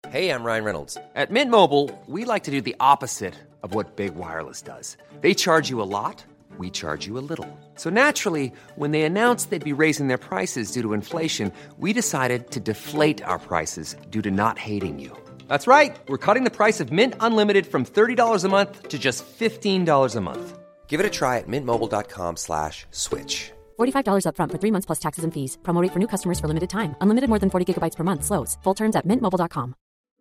Hey, I'm Ryan Reynolds. At Mint Mobile, we like to do the opposite of what Big Wireless does. They charge you a lot, we charge you a little. So naturally, when they announced they'd be raising their prices due to inflation, we decided to deflate our prices due to not hating you. That's right. We're cutting the price of Mint Unlimited from $30 a month to just $15 a month. Give it a try at mintmobile.com/switch. $45 up front for 3 months plus taxes and fees. Promo rate for new customers for limited time. Unlimited more than 40 gigabytes per month. Slows full terms at mintmobile.com.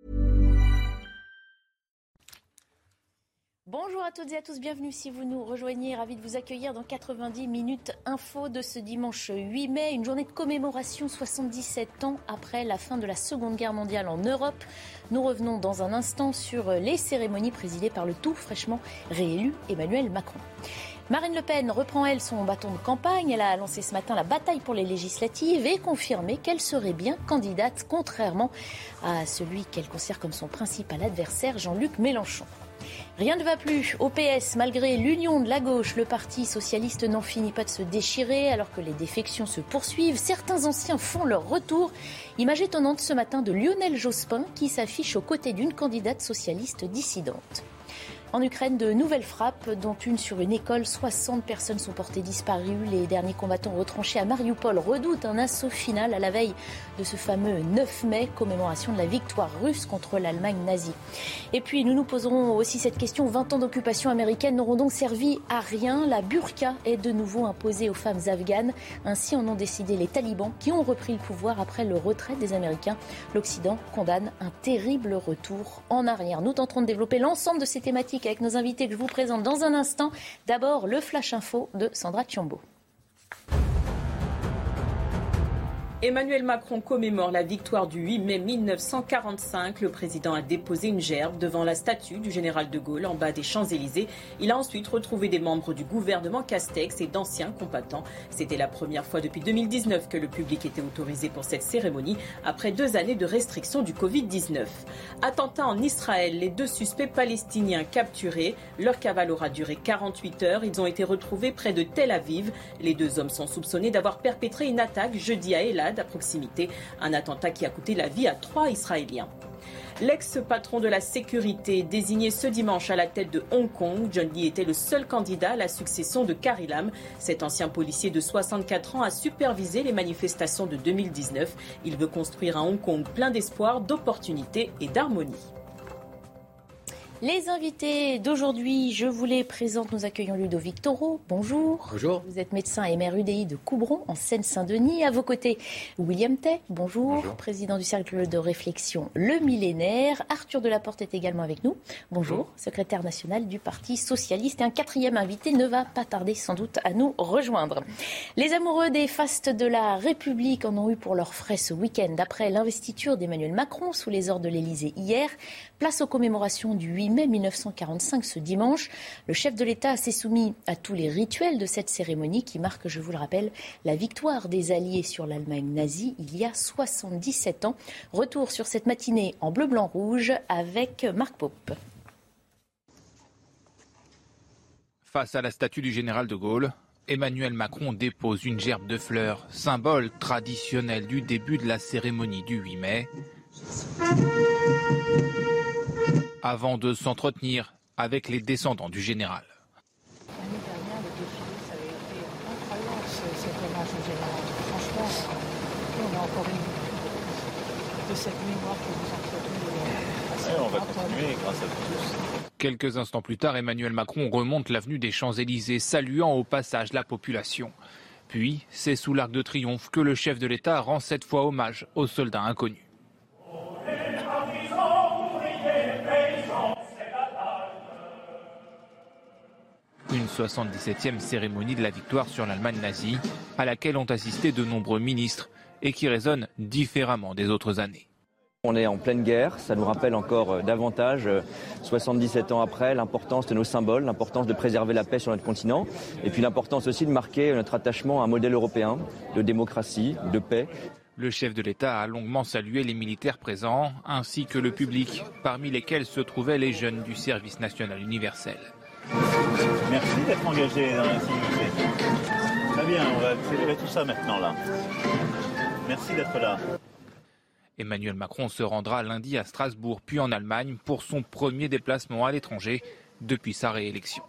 Bonjour à toutes et à tous, bienvenue si vous nous rejoignez. Ravi de vous accueillir dans 90 minutes info de ce dimanche 8 mai. Une journée de commémoration 77 ans après la fin de la Seconde Guerre mondiale en Europe. Nous revenons dans un instant sur les cérémonies présidées par le tout fraîchement réélu Emmanuel Macron. Marine Le Pen reprend, elle, son bâton de campagne. Elle a lancé ce matin la bataille pour les législatives et confirmé qu'elle serait bien candidate, contrairement à celui qu'elle considère comme son principal adversaire, Jean-Luc Mélenchon. Rien ne va plus au PS. Malgré l'union de la gauche, le Parti socialiste n'en finit pas de se déchirer alors que les défections se poursuivent. Certains anciens font leur retour. Image étonnante ce matin de Lionel Jospin qui s'affiche aux côtés d'une candidate socialiste dissidente. En Ukraine, de nouvelles frappes, dont une sur une école. 60 personnes sont portées disparues. Les derniers combattants retranchés à Mariupol redoutent un assaut final à la veille de ce fameux 9 mai, commémoration de la victoire russe contre l'Allemagne nazie. Et puis, nous nous poserons aussi cette question. 20 ans d'occupation américaine n'auront donc servi à rien. La burqa est de nouveau imposée aux femmes afghanes. Ainsi en ont décidé les talibans qui ont repris le pouvoir après le retrait des Américains. L'Occident condamne un terrible retour en arrière. Nous tenterons de développer l'ensemble de ces thématiques avec nos invités que je vous présente dans un instant. D'abord, le Flash Info de Sandra Tchiombo. Emmanuel Macron commémore la victoire du 8 mai 1945. Le président a déposé une gerbe devant la statue du général de Gaulle en bas des Champs-Élysées. Il a ensuite retrouvé des membres du gouvernement Castex et d'anciens combattants. C'était la première fois depuis 2019 que le public était autorisé pour cette cérémonie après 2 années de restrictions du Covid-19. Attentat en Israël, les 2 suspects palestiniens capturés. Leur cavale aura duré 48 heures. Ils ont été retrouvés près de Tel Aviv. Les 2 hommes sont soupçonnés d'avoir perpétré une attaque jeudi à Elad, à proximité, un attentat qui a coûté la vie à 3 Israéliens. L'ex-patron de la sécurité, désigné ce dimanche à la tête de Hong Kong, John Lee était le seul candidat à la succession de Carrie Lam. Cet ancien policier de 64 ans a supervisé les manifestations de 2019. Il veut construire un Hong Kong plein d'espoir, d'opportunités et d'harmonie. Les invités d'aujourd'hui, je vous les présente. Nous accueillons Ludovic Toro. Bonjour. Bonjour. Vous êtes médecin MRUDI de Coubron, en Seine-Saint-Denis. À vos côtés, William Tay. Bonjour. Bonjour. Président du cercle de réflexion Le Millénaire. Arthur Delaporte est également avec nous. Bonjour. Secrétaire national du Parti socialiste. Et un 4e invité ne va pas tarder sans doute à nous rejoindre. Les amoureux des fastes de la République en ont eu pour leurs frais ce week-end. Après l'investiture d'Emmanuel Macron sous les ordres de l'Élysée hier, place aux commémorations du 8 mai 1945 ce dimanche. Le chef de l'État s'est soumis à tous les rituels de cette cérémonie qui marque, je vous le rappelle, la victoire des Alliés sur l'Allemagne nazie il y a 77 ans. Retour sur cette matinée en bleu, blanc, rouge avec Marc Pope. Face à la statue du général de Gaulle, Emmanuel Macron dépose une gerbe de fleurs, symbole traditionnel du début de la cérémonie du 8 mai. Avant de s'entretenir avec les descendants du général. L'année dernière, le défilé, ça avait été incroyable, cet hommage au général. Franchement, on a encore une de cette mémoire que vous entretenez. On va continuer grâce à vous tous. Quelques instants plus tard, Emmanuel Macron remonte l'avenue des Champs-Élysées, saluant au passage la population. Puis, c'est sous l'Arc de Triomphe que le chef de l'État rend cette fois hommage aux soldats inconnus. Une 77e cérémonie de la victoire sur l'Allemagne nazie, à laquelle ont assisté de nombreux ministres et qui résonne différemment des autres années. On est en pleine guerre, ça nous rappelle encore davantage, 77 ans après, l'importance de nos symboles, l'importance de préserver la paix sur notre continent, et puis l'importance aussi de marquer notre attachement à un modèle européen de démocratie, de paix. Le chef de l'État a longuement salué les militaires présents, ainsi que le public, parmi lesquels se trouvaient les jeunes du service national universel. Merci d'être engagé dans la sécurité. Très bien, on va célébrer tout ça maintenant là. Merci d'être là. Emmanuel Macron se rendra lundi à Strasbourg, puis en Allemagne, pour son premier déplacement à l'étranger depuis sa réélection.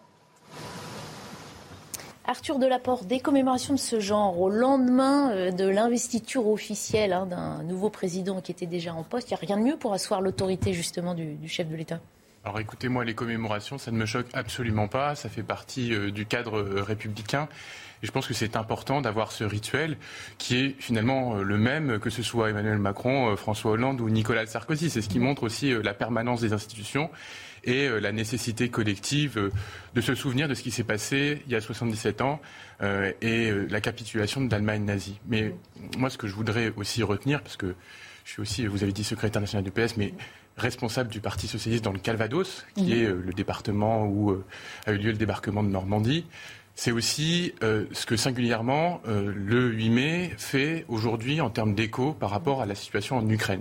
Arthur Delaporte, des commémorations de ce genre au lendemain de l'investiture officielle d'un nouveau président qui était déjà en poste, il n'y a rien de mieux pour asseoir l'autorité justement du chef de l'État. Alors écoutez, moi les commémorations, ça ne me choque absolument pas, ça fait partie du cadre républicain. Et je pense que c'est important d'avoir ce rituel qui est finalement le même que ce soit Emmanuel Macron, François Hollande ou Nicolas Sarkozy. C'est ce qui montre aussi la permanence des institutions et la nécessité collective de se souvenir de ce qui s'est passé il y a 77 ans et la capitulation de l'Allemagne nazie. Mais moi, ce que je voudrais aussi retenir, parce que je suis aussi, vous avez dit secrétaire national du PS, mais responsable du Parti socialiste dans le Calvados, qui est le département où a eu lieu le débarquement de Normandie. C'est aussi ce que singulièrement le 8 mai fait aujourd'hui en termes d'écho par rapport à la situation en Ukraine.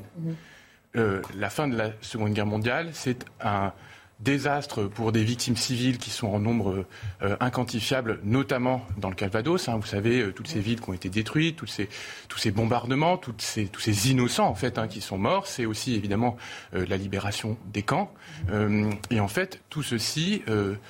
La fin de la Seconde Guerre mondiale, c'est un désastre pour des victimes civiles qui sont en nombre inquantifiable, notamment dans le Calvados. Vous savez, toutes ces villes qui ont été détruites, tous ces bombardements, tous ces innocents en fait qui sont morts. C'est aussi évidemment la libération des camps. Et en fait, tout ceci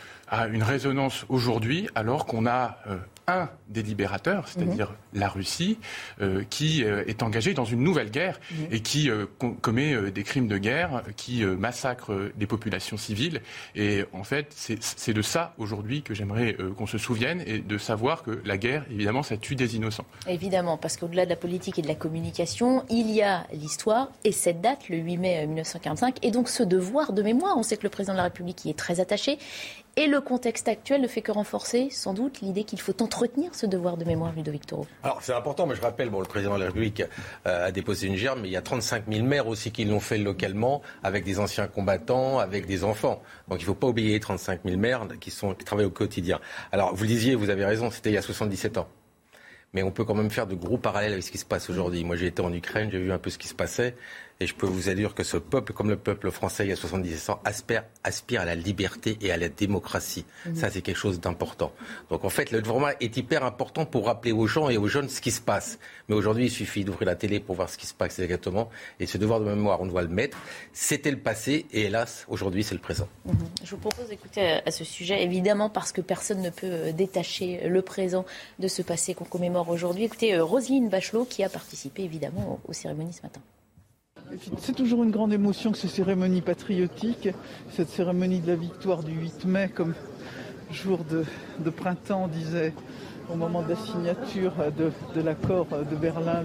a une résonance aujourd'hui, alors qu'on a un des libérateurs, c'est-à-dire la Russie, qui est engagée dans une nouvelle guerre et qui commet des crimes de guerre, qui massacre des populations civiles. Et en fait, c'est de ça aujourd'hui que j'aimerais qu'on se souvienne et de savoir que la guerre, évidemment, ça tue des innocents. Évidemment, parce qu'au-delà de la politique et de la communication, il y a l'histoire et cette date, le 8 mai 1945, et donc ce devoir de mémoire. On sait que le président de la République y est très attaché. Et le contexte actuel ne fait que renforcer, sans doute, l'idée qu'il faut entretenir ce devoir de mémoire, Ludovic Toro. Alors, c'est important, mais je rappelle, le président de la République a déposé une gerbe, mais il y a 35 000 maires aussi qui l'ont fait localement, avec des anciens combattants, avec des enfants. Donc, il ne faut pas oublier les 35 000 maires qui travaillent au quotidien. Alors, vous le disiez, vous avez raison, c'était il y a 77 ans. Mais on peut quand même faire de gros parallèles avec ce qui se passe aujourd'hui. Moi, j'ai été en Ukraine, j'ai vu un peu ce qui se passait. Et je peux vous dire que ce peuple, comme le peuple français il y a 77 ans, aspire à la liberté et à la démocratie. Ça, c'est quelque chose d'important. Donc, en fait, le devoir est hyper important pour rappeler aux gens et aux jeunes ce qui se passe. Mais aujourd'hui, il suffit d'ouvrir la télé pour voir ce qui se passe exactement. Et ce devoir de mémoire, on doit le mettre. C'était le passé et hélas, aujourd'hui, c'est le présent. Je vous propose d'écouter à ce sujet, évidemment, parce que personne ne peut détacher le présent de ce passé qu'on commémore aujourd'hui. Écoutez, Roselyne Bachelot, qui a participé, évidemment, aux cérémonies ce matin. C'est toujours une grande émotion que ces cérémonies patriotiques, cette cérémonie de la victoire du 8 mai comme jour de printemps, on disait au moment de la signature de l'accord de Berlin,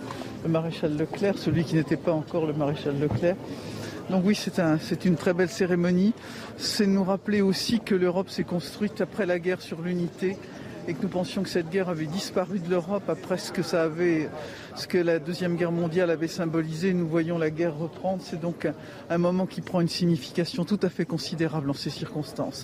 le maréchal Leclerc, celui qui n'était pas encore le maréchal Leclerc. Donc oui, c'est une très belle cérémonie. C'est nous rappeler aussi que l'Europe s'est construite après la guerre sur l'unité et que nous pensions que cette guerre avait disparu de l'Europe après ce que la Deuxième Guerre mondiale avait symbolisé. Nous voyons la guerre reprendre. C'est donc un moment qui prend une signification tout à fait considérable en ces circonstances.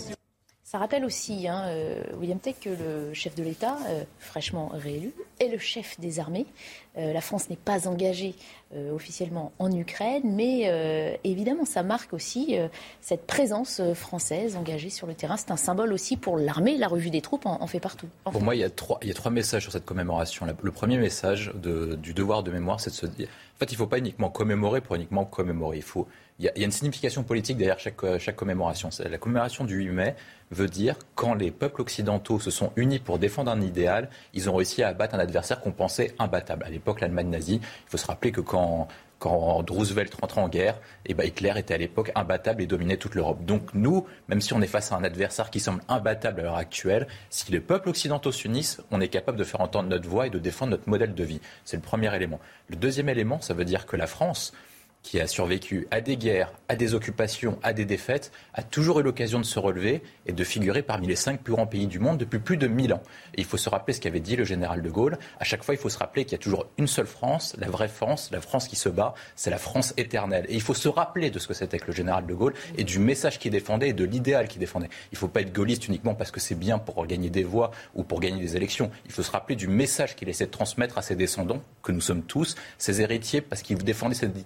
Ça rappelle aussi, William Tech, que le chef de l'État, fraîchement réélu, est le chef des armées. La France n'est pas engagée officiellement en Ukraine, mais évidemment, ça marque aussi cette présence française engagée sur le terrain. C'est un symbole aussi pour l'armée. La revue des troupes en fait partout. Pour moi, il y a trois messages sur cette commémoration. Le premier message du devoir de mémoire, c'est de se dire... En fait, il ne faut pas uniquement commémorer pour uniquement commémorer. Il y a une signification politique derrière chaque commémoration. La commémoration du 8 mai veut dire quand les peuples occidentaux se sont unis pour défendre un idéal, ils ont réussi à abattre un adversaire qu'on pensait imbattable. À l'époque, l'Allemagne nazie, il faut se rappeler que quand Roosevelt rentrait en guerre, Hitler était à l'époque imbattable et dominait toute l'Europe. Donc nous, même si on est face à un adversaire qui semble imbattable à l'heure actuelle, si les peuples occidentaux s'unissent, on est capable de faire entendre notre voix et de défendre notre modèle de vie. C'est le premier élément. Le deuxième élément, ça veut dire que la France, qui a survécu à des guerres, à des occupations, à des défaites, a toujours eu l'occasion de se relever et de figurer parmi les 5 plus grands pays du monde depuis plus de 1000 ans. Et il faut se rappeler ce qu'avait dit le général de Gaulle. À chaque fois, il faut se rappeler qu'il y a toujours une seule France, la vraie France, la France qui se bat, c'est la France éternelle. Et il faut se rappeler de ce que c'était que le général de Gaulle et du message qu'il défendait et de l'idéal qu'il défendait. Il ne faut pas être gaulliste uniquement parce que c'est bien pour gagner des voix ou pour gagner des élections. Il faut se rappeler du message qu'il essaie de transmettre à ses descendants, que nous sommes tous, ses héritiers, parce qu'il défendait cet idéal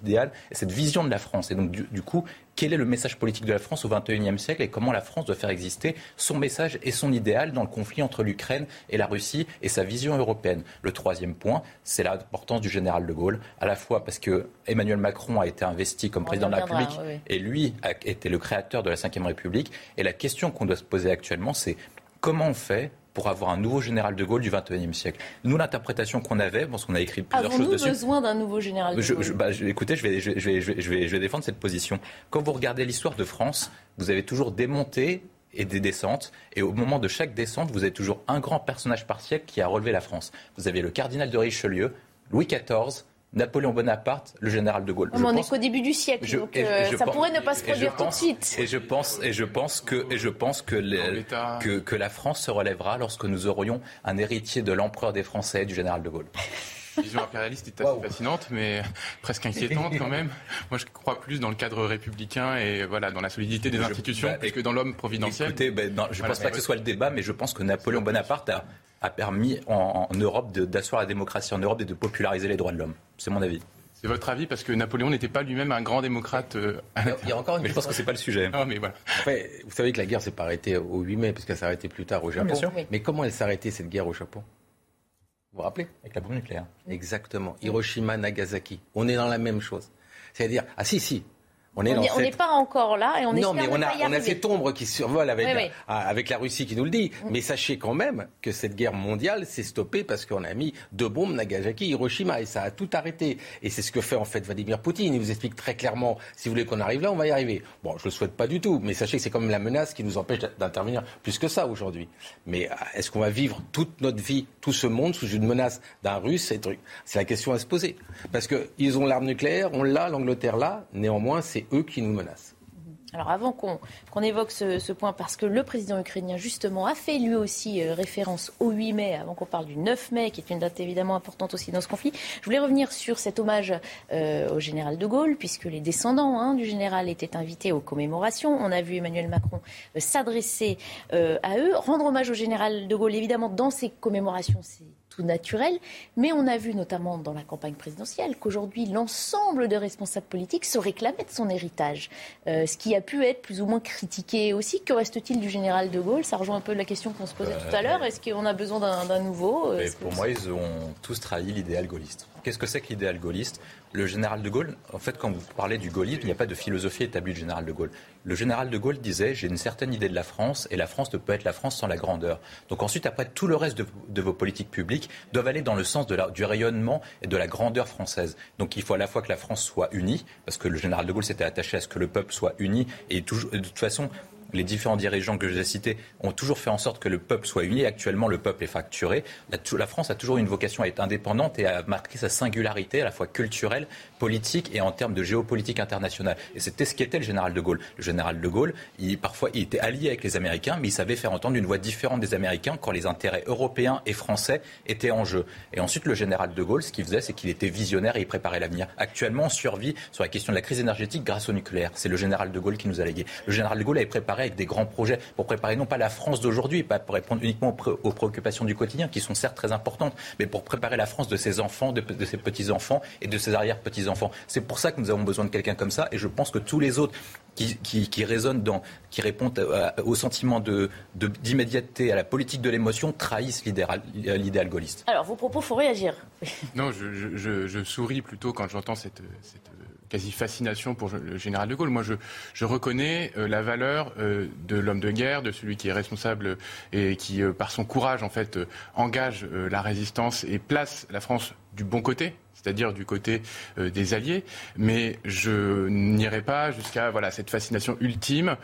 et cette vision de la France. Et donc, du coup, quel est le message politique de la France au XXIe siècle et comment la France doit faire exister son message et son idéal dans le conflit entre l'Ukraine et la Russie et sa vision européenne. Le troisième point, c'est l'importance du général de Gaulle, à la fois parce que Emmanuel Macron a été investi comme président de la République et lui a été le créateur de la Ve République. Et la question qu'on doit se poser actuellement, c'est comment on fait pour avoir un nouveau général de Gaulle du XXIe siècle. Nous, l'interprétation qu'on avait, parce qu'on a écrit plusieurs choses dessus... Avons-nous besoin d'un nouveau général de Gaulle ? Écoutez, je vais défendre cette position. Quand vous regardez l'histoire de France, vous avez toujours des montées et des descentes. Et au moment de chaque descente, vous avez toujours un grand personnage par siècle qui a relevé la France. Vous avez le cardinal de Richelieu, Louis XIV... Napoléon Bonaparte, le général de Gaulle. On n'est qu'au début du siècle, donc ça pourrait ne pas se produire tout de suite. Et je pense que la France se relèvera lorsque nous aurions un héritier de l'empereur des Français, du général de Gaulle. La vision impérialiste est assez fascinante, mais presque inquiétante quand même. Moi, je crois plus dans le cadre républicain et dans la solidité des institutions, plus que dans l'homme providentiel. Écoutez, je ne pense pas que ce soit le débat, mais je pense que Napoléon Bonaparte a permis en Europe d'asseoir la démocratie en Europe et de populariser les droits de l'homme. C'est mon avis. C'est votre avis parce que Napoléon n'était pas lui-même un grand démocrate. Il y a encore une mais je pense que c'est pas le sujet. Non, mais voilà. Après, vous savez que la guerre s'est pas arrêtée au 8 mai parce qu'elle s'est arrêtée plus tard au Japon. Bien sûr. Mais comment elle s'est arrêtée cette guerre au Japon ? Vous vous rappelez ? Avec la bombe nucléaire. Exactement. Hiroshima, Nagasaki. On est dans la même chose. C'est-à-dire, si. On n'est pas encore là et on espère mais on a cette ombre qui survole avec la Russie qui nous le dit. Mais sachez quand même que cette guerre mondiale s'est stoppée parce qu'on a mis 2 bombes Nagasaki, Hiroshima et ça a tout arrêté. Et c'est ce que fait en fait Vladimir Poutine. Il vous explique très clairement, si vous voulez qu'on arrive là, on va y arriver. Bon, je le souhaite pas du tout, mais sachez que c'est quand même la menace qui nous empêche d'intervenir plus que ça aujourd'hui. Mais est-ce qu'on va vivre toute notre vie, tout ce monde sous une menace d'un Russe ? C'est la question à se poser. Parce qu'ils ont l'arme nucléaire, on l'a, l'Angleterre l'a, néanmoins c'est eux qui nous menacent. Alors avant qu'on évoque ce point, parce que le président ukrainien justement a fait lui aussi référence au 8 mai, avant qu'on parle du 9 mai, qui est une date évidemment importante aussi dans ce conflit, je voulais revenir sur cet hommage au général de Gaulle, puisque les descendants du général étaient invités aux commémorations. On a vu Emmanuel Macron s'adresser à eux, rendre hommage au général de Gaulle. Évidemment, dans ces commémorations, c'est tout naturel, mais on a vu notamment dans la campagne présidentielle qu'aujourd'hui l'ensemble des responsables politiques se réclamaient de son héritage, ce qui a pu être plus ou moins critiqué aussi. Que reste-t-il du général de Gaulle ? Ça rejoint un peu la question qu'on se posait tout à l'heure. Est-ce qu'on a besoin d'un nouveau ? Pour moi, ils ont tous trahi l'idéal gaulliste. Qu'est-ce que c'est que l'idéal gaulliste ? Le général de Gaulle, en fait, quand vous parlez du gaullisme, il n'y a pas de philosophie établie du général de Gaulle. Le général de Gaulle disait « j'ai une certaine idée de la France et la France ne peut être la France sans la grandeur ». Donc ensuite, après, tout le reste de vos politiques publiques doivent aller dans le sens du rayonnement et de la grandeur française. Donc il faut à la fois que la France soit unie, parce que le général de Gaulle s'était attaché à ce que le peuple soit uni, et toujours, de toute façon... Les différents dirigeants que je vous ai cités ont toujours fait en sorte que le peuple soit uni. Actuellement, le peuple est fracturé. La France a toujours une vocation à être indépendante et à marquer sa singularité à la fois culturelle, politique et en termes de géopolitique internationale. Et c'était ce qu'était le général de Gaulle. Le général de Gaulle, parfois, il était allié avec les Américains, mais il savait faire entendre une voix différente des Américains quand les intérêts européens et français étaient en jeu. Et ensuite, le général de Gaulle, ce qu'il faisait, c'est qu'il était visionnaire et il préparait l'avenir. Actuellement, on survit sur la question de la crise énergétique grâce au nucléaire. C'est le général de Gaulle qui nous a légué. Le général de Gaulle avait préparé avec des grands projets pour préparer non pas la France d'aujourd'hui, pas pour répondre uniquement aux préoccupations du quotidien, qui sont certes très importantes, mais pour préparer la France de ses enfants, de ses petits-enfants et de ses arrière-petits-enfants. C'est pour ça que nous avons besoin de quelqu'un comme ça, et je pense que tous les autres qui résonnent qui répondent au sentiment d'immédiateté, à la politique de l'émotion, trahissent l'idéal gaulliste. Alors, vos propos, il faut réagir. Non, je souris plutôt quand j'entends cette quasi-fascination pour le général de Gaulle. Moi, je reconnais la valeur de l'homme de guerre, de celui qui est responsable et qui, par son courage, en fait, engage la résistance et place la France du bon côté, c'est-à-dire du côté des Alliés, mais je n'irai pas jusqu'à cette fascination ultime.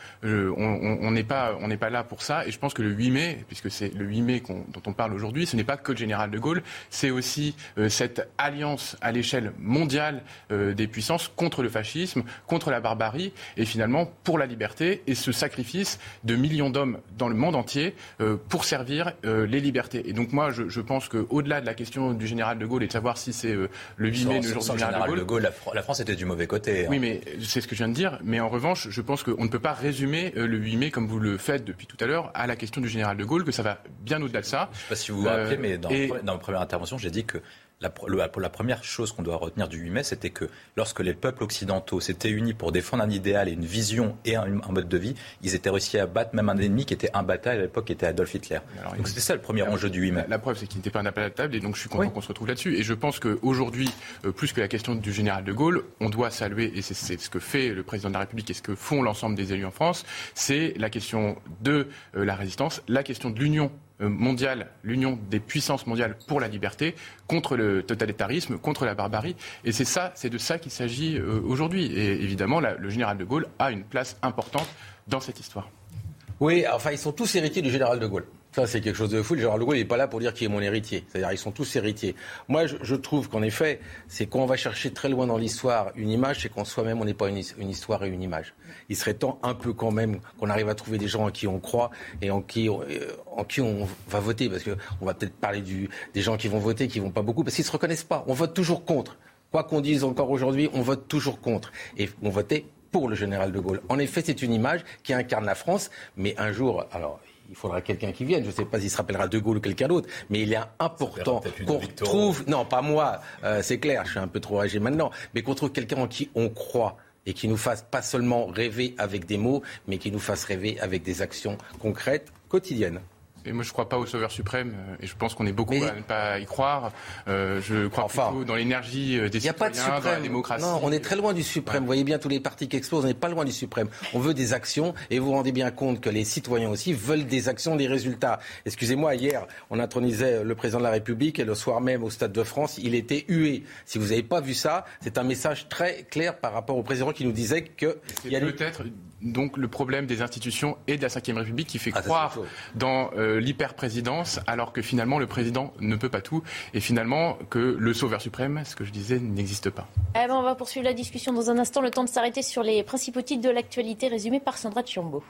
On n'est pas là pour ça, et je pense que le 8 mai, puisque c'est le 8 mai dont on parle aujourd'hui, ce n'est pas que le général de Gaulle, c'est aussi cette alliance à l'échelle mondiale des puissances contre le fascisme, contre la barbarie, et finalement pour la liberté, et ce sacrifice de millions d'hommes dans le monde entier pour servir les libertés. Et donc moi, je pense qu'au-delà de la question du général de Gaulle et de savoir si c'est le 8 mai, le jour du général de Gaulle, la France était du mauvais côté. Oui, mais c'est ce que je viens de dire. Mais en revanche, je pense qu'on ne peut pas résumer le 8 mai, comme vous le faites depuis tout à l'heure, à la question du général de Gaulle, que ça va bien au-delà de ça. Je ne sais pas si vous vous rappelez, mais dans ma première intervention, j'ai dit que La première chose qu'on doit retenir du 8 mai, c'était que lorsque les peuples occidentaux s'étaient unis pour défendre un idéal et une vision et un mode de vie, ils étaient réussi à battre même un ennemi qui était imbattable à l'époque, qui était Adolf Hitler. Donc c'était ça le premier enjeu du 8 mai. La preuve, c'est qu'il n'était pas un appel à la table et donc je suis content qu'on se retrouve là-dessus. Et je pense qu'aujourd'hui, plus que la question du général de Gaulle, on doit saluer, et c'est ce que fait le président de la République et ce que font l'ensemble des élus en France, c'est la question de la résistance, la question de l'union mondiale, l'union des puissances mondiales pour la liberté, contre le totalitarisme, contre la barbarie. Et c'est de ça qu'il s'agit aujourd'hui. Et évidemment, le général de Gaulle a une place importante dans cette histoire. Oui, enfin, ils sont tous héritiers du général de Gaulle. Ça, c'est quelque chose de fou. Le général de Gaulle n'est pas là pour dire qui est mon héritier. C'est-à-dire, ils sont tous héritiers. Moi, je trouve qu'en effet, c'est quand on va chercher très loin dans l'histoire une image, c'est qu'en soi-même, on n'est pas une histoire et une image. Il serait temps un peu quand même qu'on arrive à trouver des gens en qui on croit et en qui on va voter. Parce qu'on va peut-être parler des gens qui vont voter, qui vont pas beaucoup, parce qu'ils se reconnaissent pas. On vote toujours contre. Quoi qu'on dise encore aujourd'hui, on vote toujours contre. Et on votait pour le général de Gaulle. En effet, c'est une image qui incarne la France, mais un jour, alors il faudra quelqu'un qui vienne, je ne sais pas s'il se rappellera de Gaulle ou quelqu'un d'autre, mais il est important qu'on retrouve, non pas moi, c'est clair, je suis un peu trop âgé maintenant, mais qu'on trouve quelqu'un en qui on croit et qui nous fasse pas seulement rêver avec des mots, mais qui nous fasse rêver avec des actions concrètes, quotidiennes. Et moi, je ne crois pas au Sauveur suprême, et je pense qu'on est beaucoup à ne pas y croire. Je crois plutôt dans l'énergie des citoyens, dans la démocratie. Non, on est très loin du suprême. Vous voyez bien tous les partis qui explosent, on n'est pas loin du suprême. On veut des actions, et vous vous rendez bien compte que les citoyens aussi veulent des actions, des résultats. Excusez-moi, hier, on intronisait le président de la République, et le soir même, au Stade de France, il était hué. Si vous n'avez pas vu ça, c'est un message très clair par rapport au président qui nous disait que... C'est peut-être donc le problème des institutions et de la Ve République qui fait croire dans l'hyper-présidence, alors que finalement le président ne peut pas tout, et finalement que le sauveur suprême, ce que je disais, n'existe pas. On va poursuivre la discussion dans un instant, le temps de s'arrêter sur les principaux titres de l'actualité résumés par Sandra Tchiombo.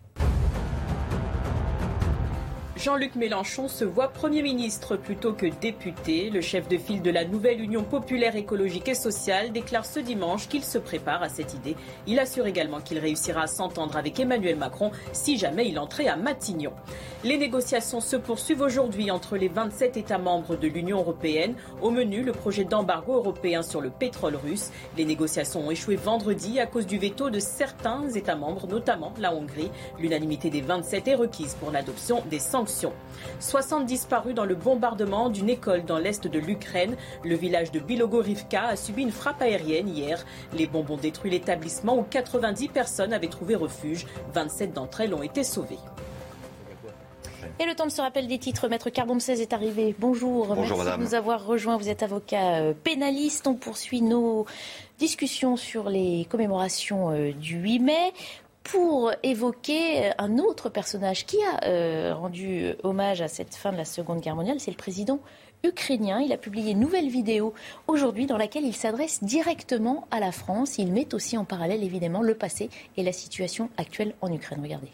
Jean-Luc Mélenchon se voit Premier ministre plutôt que député. Le chef de file de la nouvelle Union populaire écologique et sociale déclare ce dimanche qu'il se prépare à cette idée. Il assure également qu'il réussira à s'entendre avec Emmanuel Macron si jamais il entrait à Matignon. Les négociations se poursuivent aujourd'hui entre les 27 États membres de l'Union européenne. Au menu, le projet d'embargo européen sur le pétrole russe. Les négociations ont échoué vendredi à cause du veto de certains États membres, notamment la Hongrie. L'unanimité des 27 est requise pour l'adoption des sanctions. 60 disparus dans le bombardement d'une école dans l'est de l'Ukraine. Le village de Bilogorivka a subi une frappe aérienne hier. Les bombes ont détruit l'établissement où 90 personnes avaient trouvé refuge. 27 d'entre elles ont été sauvées. Et le temps de se rappeler des titres. Maître Carbon-16 est arrivé. Bonjour. Bonjour Merci madame. de nous avoir rejoints. Vous êtes avocat pénaliste. On poursuit nos discussions sur les commémorations du 8 mai. Pour évoquer un autre personnage qui a rendu hommage à cette fin de la Seconde Guerre mondiale, c'est le président ukrainien. Il a publié une nouvelle vidéo aujourd'hui dans laquelle il s'adresse directement à la France. Il met aussi en parallèle évidemment le passé et la situation actuelle en Ukraine. Regardez.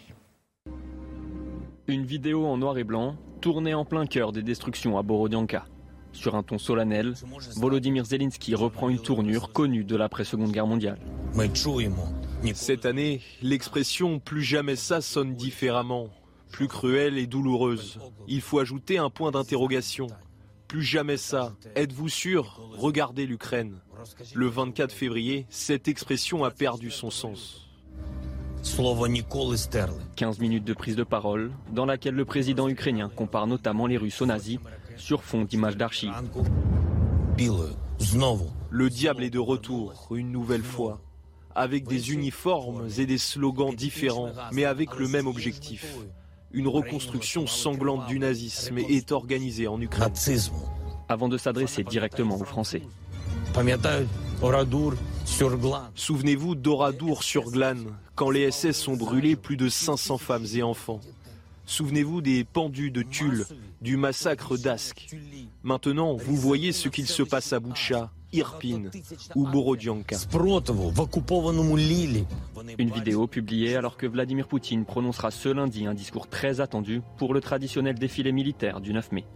Une vidéo en noir et blanc, tournée en plein cœur des destructions à Borodianka. Sur un ton solennel, Volodymyr Zelensky reprend une tournure connue de l'après-Seconde Guerre mondiale. Cette année, l'expression « plus jamais ça » sonne différemment, plus cruelle et douloureuse. Il faut ajouter un point d'interrogation. Plus jamais ça. Êtes-vous sûr? Regardez l'Ukraine. Le 24 février, cette expression a perdu son sens. 15 minutes de prise de parole, dans laquelle le président ukrainien compare notamment les Russes aux nazis, sur fond d'images d'archives. Le diable est de retour, une nouvelle fois. Avec des uniformes et des slogans différents, mais avec le même objectif. Une reconstruction sanglante du nazisme est organisée en Ukraine. Avant de s'adresser directement aux Français. Souvenez-vous d'Oradour-sur-Glane, quand les SS ont brûlé plus de 500 femmes et enfants. Souvenez-vous des pendus de Tulle, du massacre d'Ask. Maintenant, vous voyez ce qu'il se passe à Boutcha, Irpin ou Borodianka. Une vidéo publiée alors que Vladimir Poutine prononcera ce lundi un discours très attendu pour le traditionnel défilé militaire du 9 mai.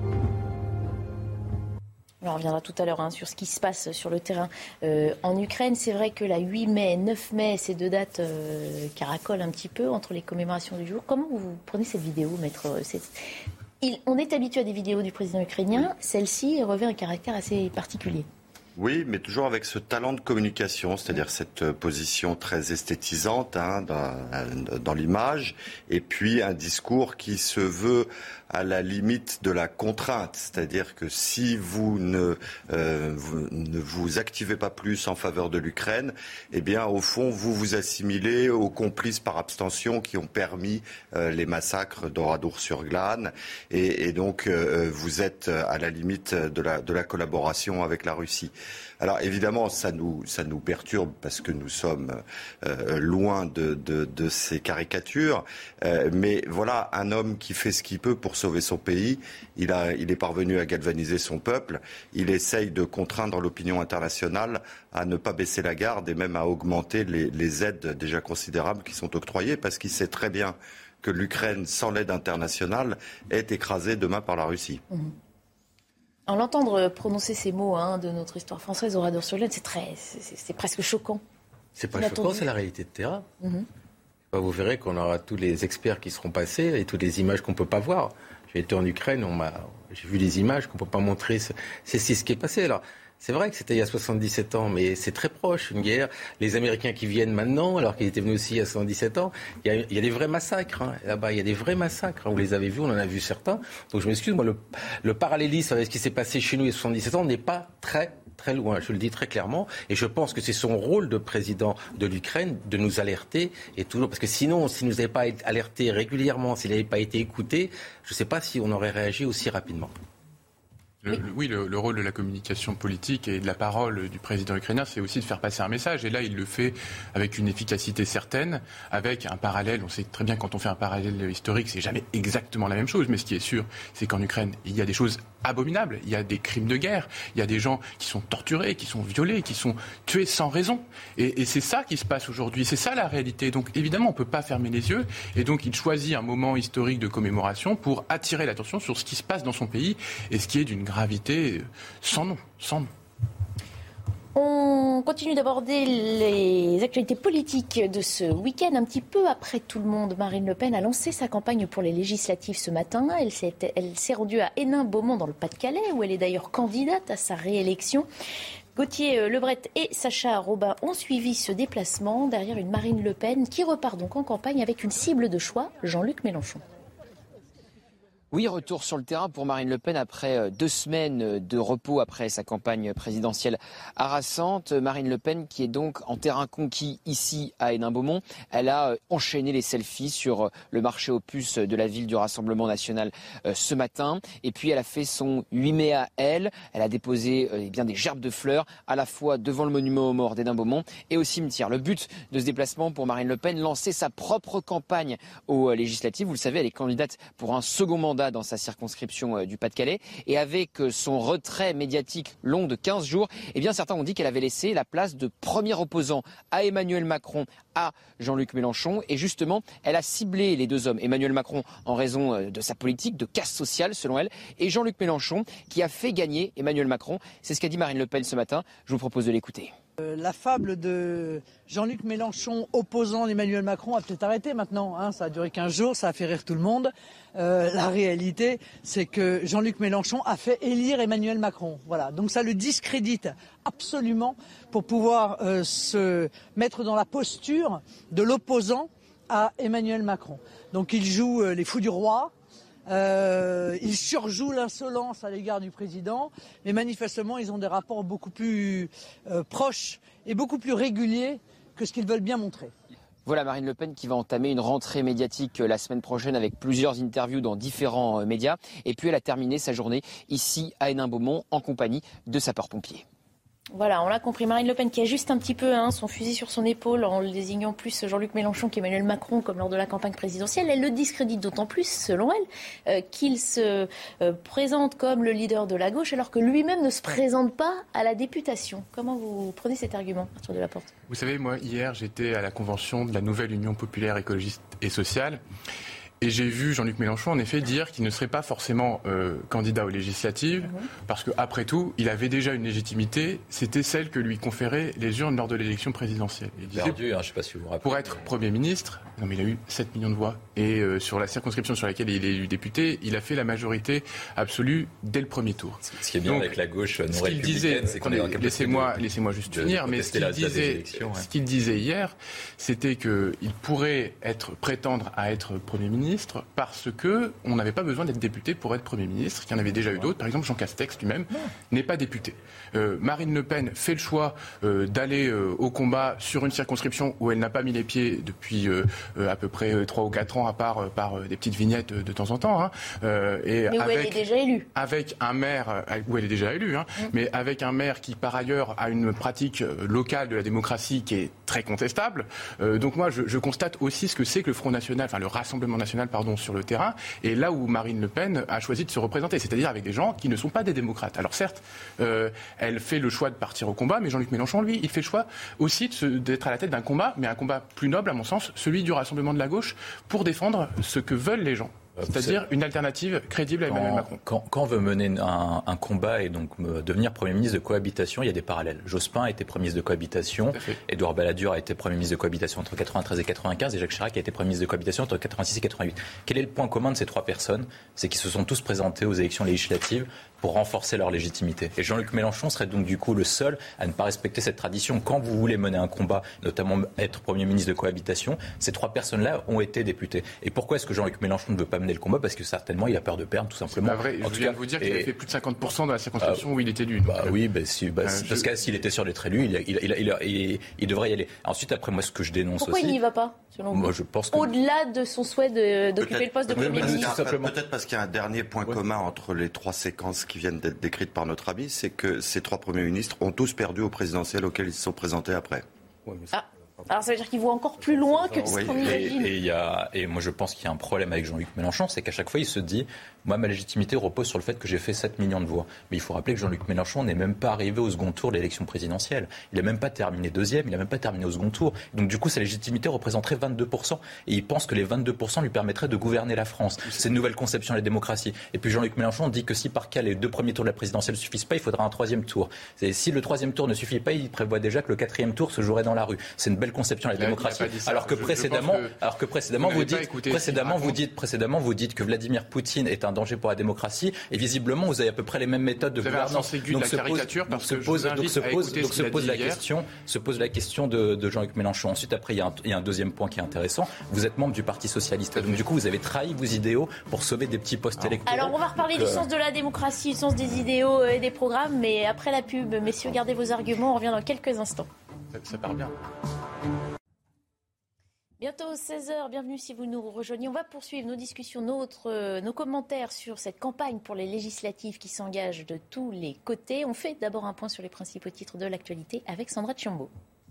On reviendra tout à l'heure sur ce qui se passe sur le terrain en Ukraine. C'est vrai que la 8 mai, 9 mai, ces deux dates caracolent un petit peu entre les commémorations du jour. Comment vous prenez cette vidéo, maître? On est habitué à des vidéos du président ukrainien. Celle-ci revêt un caractère assez particulier. Oui, mais toujours avec ce talent de communication, c'est-à-dire cette position très esthétisante dans l'image, et puis un discours qui se veut à la limite de la contrainte, c'est-à-dire que si vous ne vous activez pas plus en faveur de l'Ukraine, eh bien au fond vous vous assimilez aux complices par abstention qui ont permis les massacres d'Oradour-sur-Glane, et donc vous êtes à la limite de la collaboration avec la Russie. Alors évidemment, ça nous perturbe parce que nous sommes loin de ces caricatures. Mais voilà, un homme qui fait ce qu'il peut pour sauver son pays. Il est parvenu à galvaniser son peuple. Il essaye de contraindre l'opinion internationale à ne pas baisser la garde et même à augmenter les aides déjà considérables qui sont octroyées, parce qu'il sait très bien que l'Ukraine, sans l'aide internationale, est écrasée demain par la Russie. Mmh. En l'entendre prononcer ces mots de notre histoire française, Oradour-sur-Glane, c'est presque choquant. C'est pas choquant, c'est la réalité de terrain. Mm-hmm. Vous verrez qu'on aura tous les experts qui seront passés et toutes les images qu'on ne peut pas voir. J'ai été en Ukraine, j'ai vu les images qu'on ne peut pas montrer. C'est ce qui est passé. Alors, c'est vrai que c'était il y a 77 ans, mais c'est très proche, une guerre. Les Américains qui viennent maintenant, alors qu'ils étaient venus aussi il y a 77 ans, il y a des vrais massacres. Là-bas, il y a des vrais massacres. Vous les avez vus, on en a vu certains. Donc je m'excuse, moi, le parallélisme avec ce qui s'est passé chez nous il y a 77 ans n'est pas très loin, je le dis très clairement, et je pense que c'est son rôle de président de l'Ukraine de nous alerter, et toujours, parce que sinon, s'il ne nous avait pas alertés régulièrement, s'il n'avait pas été écouté, je ne sais pas si on aurait réagi aussi rapidement. Le rôle de la communication politique et de la parole du président ukrainien, c'est aussi de faire passer un message. Et là, il le fait avec une efficacité certaine, avec un parallèle. On sait très bien, quand on fait un parallèle historique, c'est jamais exactement la même chose. Mais ce qui est sûr, c'est qu'en Ukraine, il y a des choses abominables. Il y a des crimes de guerre. Il y a des gens qui sont torturés, qui sont violés, qui sont tués sans raison. Et c'est ça qui se passe aujourd'hui. C'est ça la réalité. Donc évidemment, on ne peut pas fermer les yeux. Et donc il choisit un moment historique de commémoration pour attirer l'attention sur ce qui se passe dans son pays et ce qui est d'une gravité sans nom. On continue d'aborder les actualités politiques de ce week-end. Un petit peu après tout le monde, Marine Le Pen a lancé sa campagne pour les législatives ce matin. Elle s'est rendue à Hénin-Beaumont dans le Pas-de-Calais, où elle est d'ailleurs candidate à sa réélection. Gauthier Lebret et Sacha Robin ont suivi ce déplacement derrière une Marine Le Pen qui repart donc en campagne avec une cible de choix, Jean-Luc Mélenchon. Oui, retour sur le terrain pour Marine Le Pen après 2 semaines de repos après sa campagne présidentielle harassante. Marine Le Pen qui est donc en terrain conquis ici à Hénin-Beaumont. Elle a enchaîné les selfies sur le marché aux puces de la ville du Rassemblement national ce matin. Et puis elle a fait son 8 mai à elle. Elle a déposé des gerbes de fleurs à la fois devant le monument aux morts d'Hénin-Beaumont et au cimetière. Le but de ce déplacement pour Marine Le Pen, lancer sa propre campagne aux législatives. Vous le savez, elle est candidate pour un second mandat dans sa circonscription du Pas-de-Calais. Et avec son retrait médiatique long de 15 jours, certains ont dit qu'elle avait laissé la place de premier opposant à Emmanuel Macron, à Jean-Luc Mélenchon. Et justement, elle a ciblé les deux hommes. Emmanuel Macron en raison de sa politique de casse sociale, selon elle, et Jean-Luc Mélenchon qui a fait gagner Emmanuel Macron. C'est ce qu'a dit Marine Le Pen ce matin. Je vous propose de l'écouter. La fable de Jean-Luc Mélenchon opposant Emmanuel Macron a peut-être arrêté maintenant. Ça a duré 15 jours, ça a fait rire tout le monde. La réalité, c'est que Jean-Luc Mélenchon a fait élire Emmanuel Macron. Voilà. Donc ça le discrédite absolument pour pouvoir se mettre dans la posture de l'opposant à Emmanuel Macron. Donc il joue les fous du roi. Ils surjouent l'insolence à l'égard du président, mais manifestement ils ont des rapports beaucoup plus proches et beaucoup plus réguliers que ce qu'ils veulent bien montrer. Voilà Marine Le Pen qui va entamer une rentrée médiatique la semaine prochaine avec plusieurs interviews dans différents médias. Et puis elle a terminé sa journée ici à Hénin-Beaumont en compagnie de sapeurs-pompiers. Voilà, on l'a compris. Marine Le Pen qui ajuste un petit peu son fusil sur son épaule en le désignant plus Jean-Luc Mélenchon qu'Emmanuel Macron comme lors de la campagne présidentielle. Elle le discrédite d'autant plus, selon elle, qu'il se présente comme le leader de la gauche alors que lui-même ne se présente pas à la députation. Comment vous prenez cet argument, Arthur Delaporte ? Vous savez, moi, hier, j'étais à la convention de la nouvelle Union populaire écologiste et sociale. Et j'ai vu Jean-Luc Mélenchon, en effet, dire qu'il ne serait pas forcément candidat aux législatives, parce qu'après tout, il avait déjà une légitimité, c'était celle que lui conféraient les urnes lors de l'élection présidentielle. Il disait, perdu, je sais pas si vous vous rappelez. Pour être Premier ministre, non mais il a eu 7 millions de voix, et sur la circonscription sur laquelle il est élu député, il a fait la majorité absolue dès le premier tour. Ce qui est bien avec la gauche non républicaine, c'est qu'on est dans laissez-moi juste finir, mais ce qu'il disait hier, c'était qu'il pourrait prétendre à être Premier ministre parce qu'on n'avait pas besoin d'être député pour être Premier ministre. Il y en avait déjà eu d'autres. Par exemple, Jean Castex lui-même n'est pas député. Marine Le Pen fait le choix d'aller au combat sur une circonscription où elle n'a pas mis les pieds depuis à peu près 3 ou 4 ans, à part par des petites vignettes de temps en temps. Mais où elle est déjà élue. Avec un maire, où elle est déjà élue, mais avec un maire qui, par ailleurs, a une pratique locale de la démocratie qui est très contestable. Donc moi, je constate aussi ce que c'est que le Front National, enfin le Rassemblement National, sur le terrain, et là où Marine Le Pen a choisi de se représenter, c'est-à-dire avec des gens qui ne sont pas des démocrates. Alors certes, elle fait le choix de partir au combat, mais Jean-Luc Mélenchon, lui, il fait le choix aussi d'être à la tête d'un combat, mais un combat plus noble, à mon sens, celui du Rassemblement de la gauche, pour défendre ce que veulent les gens. C'est-à-dire une alternative crédible à Emmanuel Macron. Quand on veut mener un combat et donc devenir Premier ministre de cohabitation, il y a des parallèles. Jospin a été Premier ministre de cohabitation, Édouard Balladur a été Premier ministre de cohabitation entre 93 et 95, et Jacques Chirac a été Premier ministre de cohabitation entre 86 et 88. Quel est le point commun de ces trois personnes ? C'est qu'ils se sont tous présentés aux élections législatives pour renforcer leur légitimité. Et Jean-Luc Mélenchon serait donc du coup le seul à ne pas respecter cette tradition. Quand vous voulez mener un combat, notamment être Premier ministre de cohabitation, ces trois personnes-là ont été députés. Et pourquoi est-ce que Jean-Luc Mélenchon ne veut pas mener le combat ? Parce que certainement il a peur de perdre, tout simplement. C'est pas vrai. Je viens de vous dire qu'il a fait plus de 50% dans la circonscription où il était élu. Parce que s'il était sûr d'être élu, il devrait y aller. Ensuite, après moi, ce que je dénonce Pourquoi aussi... il n'y va pas, selon vous ? Moi, je pense que... Au-delà de son souhait d'occuper le poste de Premier ministre. Peut-être parce qu'il y a un dernier point commun entre les trois séquences qui viennent d'être décrites par notre ami, c'est que ces trois premiers ministres ont tous perdu au présidentiel auquel ils se sont présentés après. Alors ça veut dire qu'il voit encore plus loin que ce qu'on imagine. Et moi je pense qu'il y a un problème avec Jean-Luc Mélenchon, c'est qu'à chaque fois il se dit, moi ma légitimité repose sur le fait que j'ai fait 7 millions de voix. Mais il faut rappeler que Jean-Luc Mélenchon n'est même pas arrivé au second tour de l'élection présidentielle. Il n'a même pas terminé deuxième, il n'a même pas terminé au second tour. Donc du coup sa légitimité représenterait 22%. Et il pense que les 22% lui permettraient de gouverner la France. C'est une nouvelle conception de la démocratie. Et puis Jean-Luc Mélenchon dit que si par cas les 2 premiers tours de la présidentielle ne suffisent pas, il faudra un 3e tour. Et si le 3e tour ne suffit pas, il prévoit déjà que le 4e tour se jouerait dans la rue. C'est une belle conception de la démocratie. Alors que précédemment vous dites que Vladimir Poutine est un danger pour la démocratie, et visiblement vous avez à peu près les mêmes méthodes de gouvernance. Donc se pose la question de Jean-Luc Mélenchon. Ensuite, après, il y a un deuxième point qui est intéressant. Vous êtes membre du Parti socialiste, donc du coup vous avez trahi vos idéaux pour sauver des petits postes électoraux. Alors on va reparler du sens de la démocratie, du sens des idéaux et des programmes, mais après la pub, messieurs, gardez vos arguments, on revient dans quelques instants. Ça part bien. Bientôt 16h, bienvenue si vous nous rejoignez. On va poursuivre nos discussions, nos commentaires sur cette campagne pour les législatives qui s'engage de tous les côtés. On fait d'abord un point sur les principaux titres de l'actualité avec Sandra Tchiombo.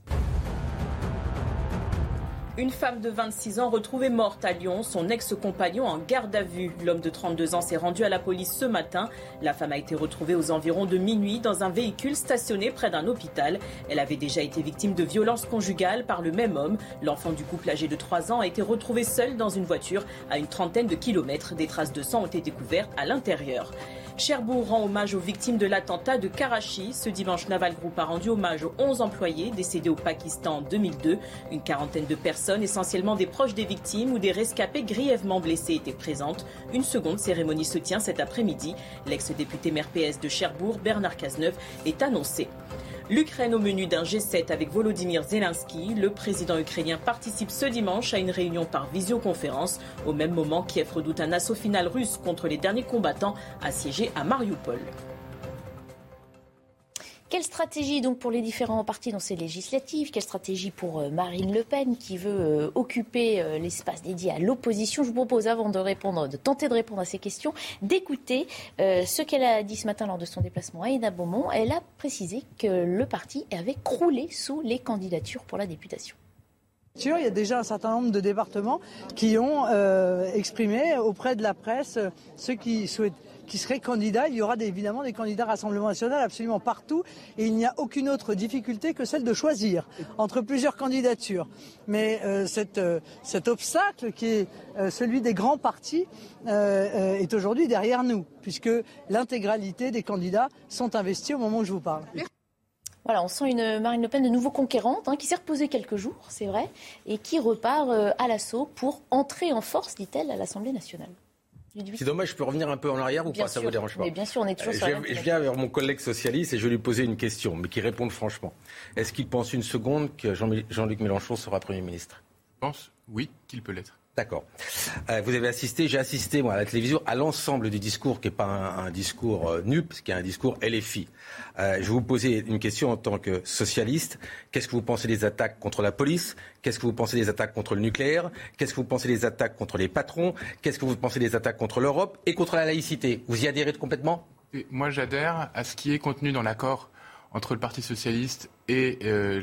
Une femme de 26 ans retrouvée morte à Lyon, son ex-compagnon en garde à vue. L'homme de 32 ans s'est rendu à la police ce matin. La femme a été retrouvée aux environs de minuit dans un véhicule stationné près d'un hôpital. Elle avait déjà été victime de violences conjugales par le même homme. L'enfant du couple âgé de 3 ans a été retrouvé seul dans une voiture à une trentaine de kilomètres. Des traces de sang ont été découvertes à l'intérieur. Cherbourg rend hommage aux victimes de l'attentat de Karachi. Ce dimanche, Naval Group a rendu hommage aux 11 employés décédés au Pakistan en 2002. Une quarantaine de personnes, essentiellement des proches des victimes ou des rescapés grièvement blessés, étaient présentes. Une seconde cérémonie se tient cet après-midi. L'ex-député maire PS de Cherbourg, Bernard Cazeneuve, est annoncé. L'Ukraine au menu d'un G7 avec Volodymyr Zelensky. Le président ukrainien participe ce dimanche à une réunion par visioconférence. Au même moment, Kiev redoute un assaut final russe contre les derniers combattants assiégés à Mariupol. Quelle stratégie donc pour les différents partis dans ces législatives ? Quelle stratégie pour Marine Le Pen qui veut occuper l'espace dédié à l'opposition ? Je vous propose, avant de tenter de répondre à ces questions, d'écouter ce qu'elle a dit ce matin lors de son déplacement à Hénin-Beaumont. Elle a précisé que le parti avait croulé sous les candidatures pour la députation. Il y a déjà un certain nombre de départements qui ont exprimé auprès de la presse ceux qui qui seraient candidats. Il y aura évidemment des candidats Rassemblement national absolument partout. Et il n'y a aucune autre difficulté que celle de choisir entre plusieurs candidatures. Mais cet obstacle qui est celui des grands partis est aujourd'hui derrière nous, puisque l'intégralité des candidats sont investis au moment où je vous parle. Voilà, on sent une Marine Le Pen de nouveau conquérante, qui s'est reposée quelques jours, c'est vrai, et qui repart à l'assaut pour entrer en force, dit-elle, à l'Assemblée nationale. C'est dommage, je peux revenir un peu en arrière ou pas, ça ne vous dérange pas? Mais bien sûr, on est toujours sur la Je viens vers mon collègue socialiste et je vais lui poser une question, mais qui réponde franchement. Est-ce qu'il pense une seconde que Jean-Luc Mélenchon sera Premier ministre? Je pense, oui, qu'il peut l'être. D'accord. Vous avez assisté, j'ai assisté moi à la télévision à l'ensemble du discours qui n'est pas un discours NUP, qui est un discours LFI. Je vais vous poser une question en tant que socialiste. Qu'est-ce que vous pensez des attaques contre la police? Qu'est-ce que vous pensez des attaques contre le nucléaire? Qu'est-ce que vous pensez des attaques contre les patrons? Qu'est-ce que vous pensez des attaques contre l'Europe et contre la laïcité? Vous y adhérez complètement? Moi, j'adhère à ce qui est contenu dans l'accord entre le Parti socialiste et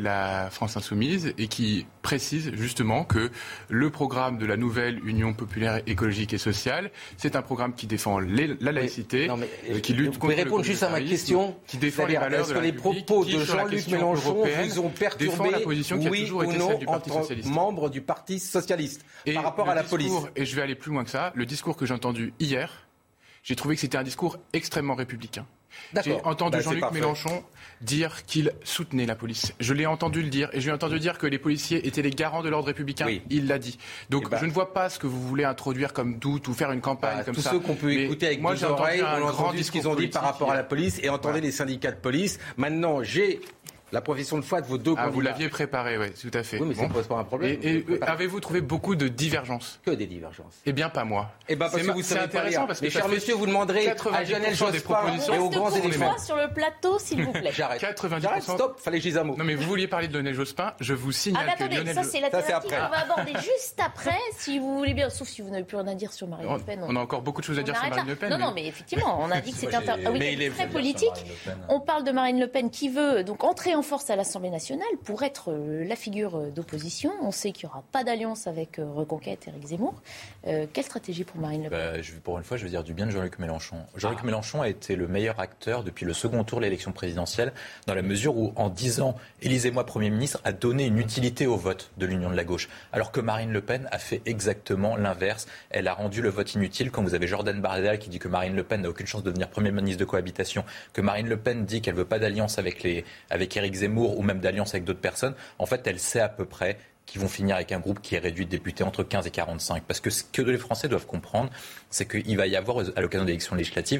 la France insoumise, et qui précise justement que le programme de la nouvelle Union populaire écologique et sociale, c'est un programme qui défend la laïcité, qui lutte contre le communautarisme, répondre juste à ma question, qui défend les valeurs de la République, est-ce que les propos de Jean-Luc Mélenchon vous ont perturbé, la position qui a toujours été celle du Parti socialiste, membre du Parti socialiste, par rapport à la police? Et je vais aller plus loin que ça. Le discours que j'ai entendu hier, j'ai trouvé que c'était un discours extrêmement républicain. J'ai entendu Jean-Luc Mélenchon dire qu'il soutenait la police. Je l'ai entendu le dire, et je lui ai entendu dire que les policiers étaient les garants de l'ordre républicain. Oui. Il l'a dit. Donc je ne vois pas ce que vous voulez introduire comme doute ou faire une campagne comme ça. Tous ceux qu'on peut écouter avec deux oreilles, on a entendu ce qu'ils ont dit par rapport à la police, et entendez les syndicats de police. Maintenant, j'ai la profession de foi de vos deux candidats. Vous l'aviez préparé, oui, tout à fait. Oui, mais ça ne pose pas un problème. Et avez-vous trouvé beaucoup de divergences? Que des divergences? Eh bien, pas moi. Eh bien, parce que vous savez pas lire. Mais cher monsieur, vous demanderez à Lionel Jospin et aux grands éléments. Sur le plateau, s'il vous plaît. J'arrête. 90%. Stop, fallait que je dise un mot. Non, mais vous vouliez parler de Lionel Jospin, je vous signale que Lionel Jospin... ça, c'est la thématique qu'on va aborder juste après, si vous voulez bien, sauf si vous n'avez plus rien à dire sur Marine Le Pen. On a encore beaucoup de choses à dire sur Marine Le Pen. Non, mais effectivement, on a dit que c'était très politique. On parle de Marine Le Pen qui veut donc entrer en force à l'Assemblée nationale pour être la figure d'opposition. On sait qu'il n'y aura pas d'alliance avec Reconquête, Éric Zemmour. Quelle stratégie pour Marine Le Pen? Pour une fois, je veux dire du bien de Jean-Luc Mélenchon. Jean-Luc Mélenchon a été le meilleur acteur depuis le second tour de l'élection présidentielle, dans la mesure où, en 10 ans, élisez-moi Premier ministre a donné une utilité au vote de l'Union de la gauche. Alors que Marine Le Pen a fait exactement l'inverse. Elle a rendu le vote inutile. Quand vous avez Jordan Bardella qui dit que Marine Le Pen n'a aucune chance de devenir Premier ministre de cohabitation, que Marine Le Pen dit qu'elle ne veut pas d'alliance avec Éric Zemmour ou même d'alliance avec d'autres personnes, en fait, elle sait à peu près qu'ils vont finir avec un groupe qui est réduit de députés entre 15 et 45. Parce que ce que les Français doivent comprendre, c'est qu'il va y avoir, à l'occasion des élections législatives,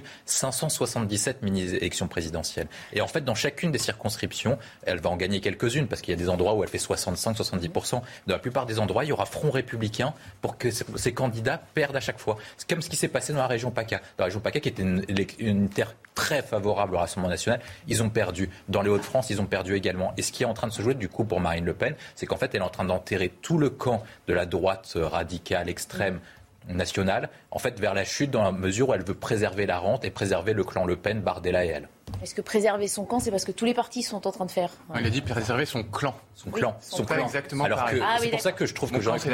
577 mini-élections présidentielles. Et en fait, dans chacune des circonscriptions, elle va en gagner quelques-unes, parce qu'il y a des endroits où elle fait 65-70%. Dans la plupart des endroits, il y aura front républicain pour que ces candidats perdent à chaque fois. C'est comme ce qui s'est passé dans la région PACA. Dans la région PACA, qui était une terre très favorable au Rassemblement national, ils ont perdu. Dans les Hauts-de-France, ils ont perdu également. Et ce qui est en train de se jouer, du coup, pour Marine Le Pen, c'est qu'en fait, elle est en train d'enterrer tout le camp de la droite radicale, extrême, nationale, en fait, vers la chute, dans la mesure où elle veut préserver la rente et préserver le clan Le Pen, Bardella et elle. Est-ce que préserver son camp, c'est parce que tous les partis sont en train de faire? Il a dit préserver son clan. Son clan. Exactement alors pareil. C'est pour ça que je trouve que Jean-Luc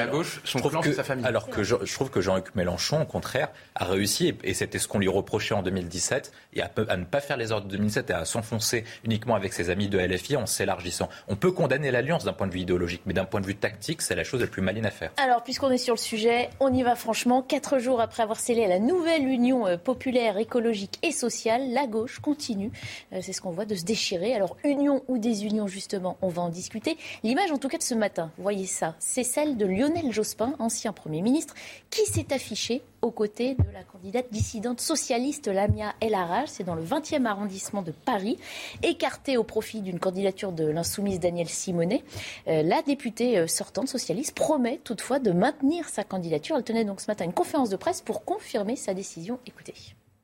sa famille. Alors que je trouve que Jean-Luc Mélenchon, au contraire, a réussi, et c'était ce qu'on lui reprochait en 2017, et à ne pas faire les ordres de 2017 et à s'enfoncer uniquement avec ses amis de LFI en s'élargissant. On peut condamner l'alliance d'un point de vue idéologique, mais d'un point de vue tactique, c'est la chose la plus maligne à faire. Alors, puisqu'on est sur le sujet, on y va franchement. 4 jours après avoir scellé la nouvelle Union populaire, écologique et sociale, la gauche continue. C'est ce qu'on voit, de se déchirer. Alors, union ou désunion, justement, on va en discuter. L'image, en tout cas, de ce matin, vous voyez ça, c'est celle de Lionel Jospin, ancien Premier ministre, qui s'est affiché aux côtés de la candidate dissidente socialiste Lamia El Harraj. C'est dans le 20e arrondissement de Paris. Écartée au profit d'une candidature de l'insoumise Danielle Simonet, la députée sortante socialiste promet toutefois de maintenir sa candidature. Elle tenait donc ce matin une conférence de presse pour confirmer sa décision. Écoutez.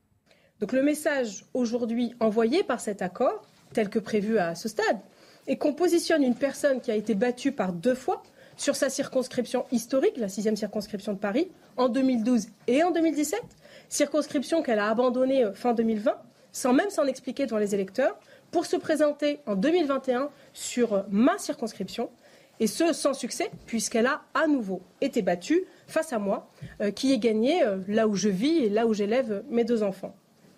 Donc le message aujourd'hui envoyé par cet accord, tel que prévu à ce stade, est qu'on positionne une personne qui a été battue par 2 fois sur sa circonscription historique, la 6e circonscription de Paris, en 2012 et en 2017, circonscription qu'elle a abandonnée fin 2020, sans même s'en expliquer devant les électeurs, pour se présenter en 2021 sur ma circonscription, et ce sans succès, puisqu'elle a à nouveau été battue face à moi, qui ai gagné là où je vis et là où j'élève mes 2 enfants.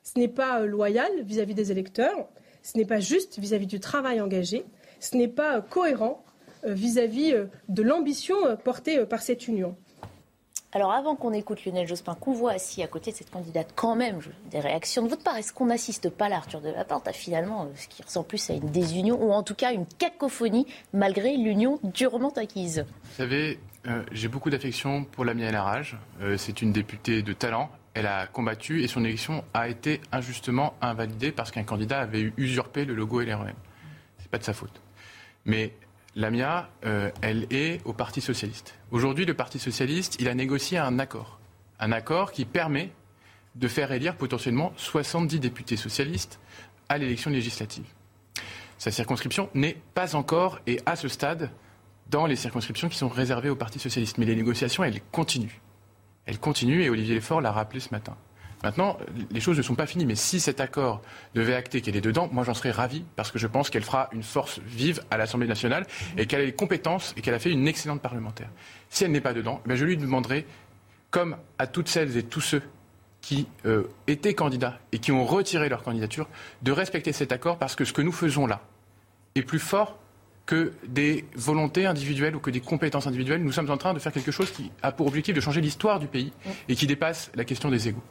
ce n'est pas loyal vis-à-vis des électeurs, ce n'est pas juste vis-à-vis du travail engagé, ce n'est pas cohérent vis-à-vis de l'ambition portée par cette union. Alors avant qu'on écoute Lionel Jospin, qu'on voit assis à côté de cette candidate, quand même, des réactions de votre part, est-ce qu'on n'assiste pas là, Arthur Delaporte, à finalement ce qui ressemble plus à une désunion ou en tout cas une cacophonie malgré l'union durement acquise? Vous savez, j'ai beaucoup d'affection pour Lamia El Harraj. C'est une députée de talent. Elle a combattu et son élection a été injustement invalidée parce qu'un candidat avait usurpé le logo LREM. C'est pas de sa faute. Mais Lamia, elle est au Parti socialiste. Aujourd'hui, le Parti socialiste, il a négocié un accord qui permet de faire élire potentiellement 70 députés socialistes à l'élection législative. Sa circonscription n'est pas encore, et à ce stade, dans les circonscriptions qui sont réservées au Parti socialiste. Mais les négociations, elles continuent. Elles continuent et Olivier Faure l'a rappelé ce matin. Maintenant, les choses ne sont pas finies, mais si cet accord devait acter qu'elle est dedans, moi j'en serais ravi, parce que je pense qu'elle fera une force vive à l'Assemblée nationale et qu'elle a les compétences et qu'elle a fait une excellente parlementaire. Si elle n'est pas dedans, je lui demanderai, comme à toutes celles et tous ceux qui étaient candidats et qui ont retiré leur candidature, de respecter cet accord, parce que ce que nous faisons là est plus fort que des volontés individuelles ou que des compétences individuelles. Nous sommes en train de faire quelque chose qui a pour objectif de changer l'histoire du pays et qui dépasse la question des égos.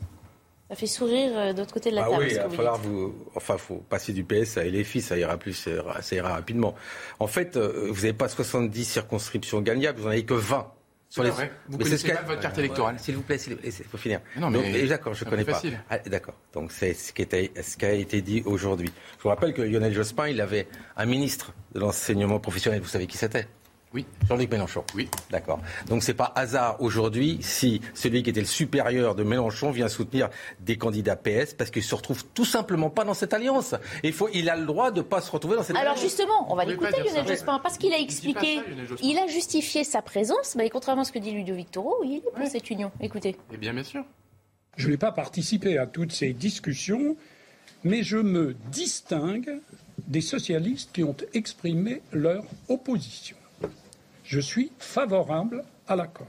Ça fait sourire d'autre côté de la table. Oui, il va falloir faut passer du PS à LFI, ça ira rapidement. En fait, vous n'avez pas 70 circonscriptions gagnables, vous n'en avez que 20. C'est vrai. Vous connaissez pas votre carte électorale. S'il vous plaît, il faut finir. Non, mais d'accord, je ne connais pas. D'accord. Donc c'est ce qui a été dit aujourd'hui. Je vous rappelle que Lionel Jospin, il avait un ministre de l'enseignement professionnel. Vous savez qui c'était ? Oui. Jean-Luc Mélenchon. Oui. D'accord. Donc c'est pas hasard aujourd'hui si celui qui était le supérieur de Mélenchon vient soutenir des candidats PS, parce qu'il se retrouve tout simplement pas dans cette alliance. Il a le droit de pas se retrouver dans cette alliance. Alors justement, on va l'écouter Lionel Jospin, parce qu'il a expliqué, il a justifié sa présence, et contrairement à ce que dit Ludovic Toro, il est pour cette union. Écoutez. Eh bien sûr. Je n'ai pas participé à toutes ces discussions, mais je me distingue des socialistes qui ont exprimé leur opposition. Je suis favorable à l'accord.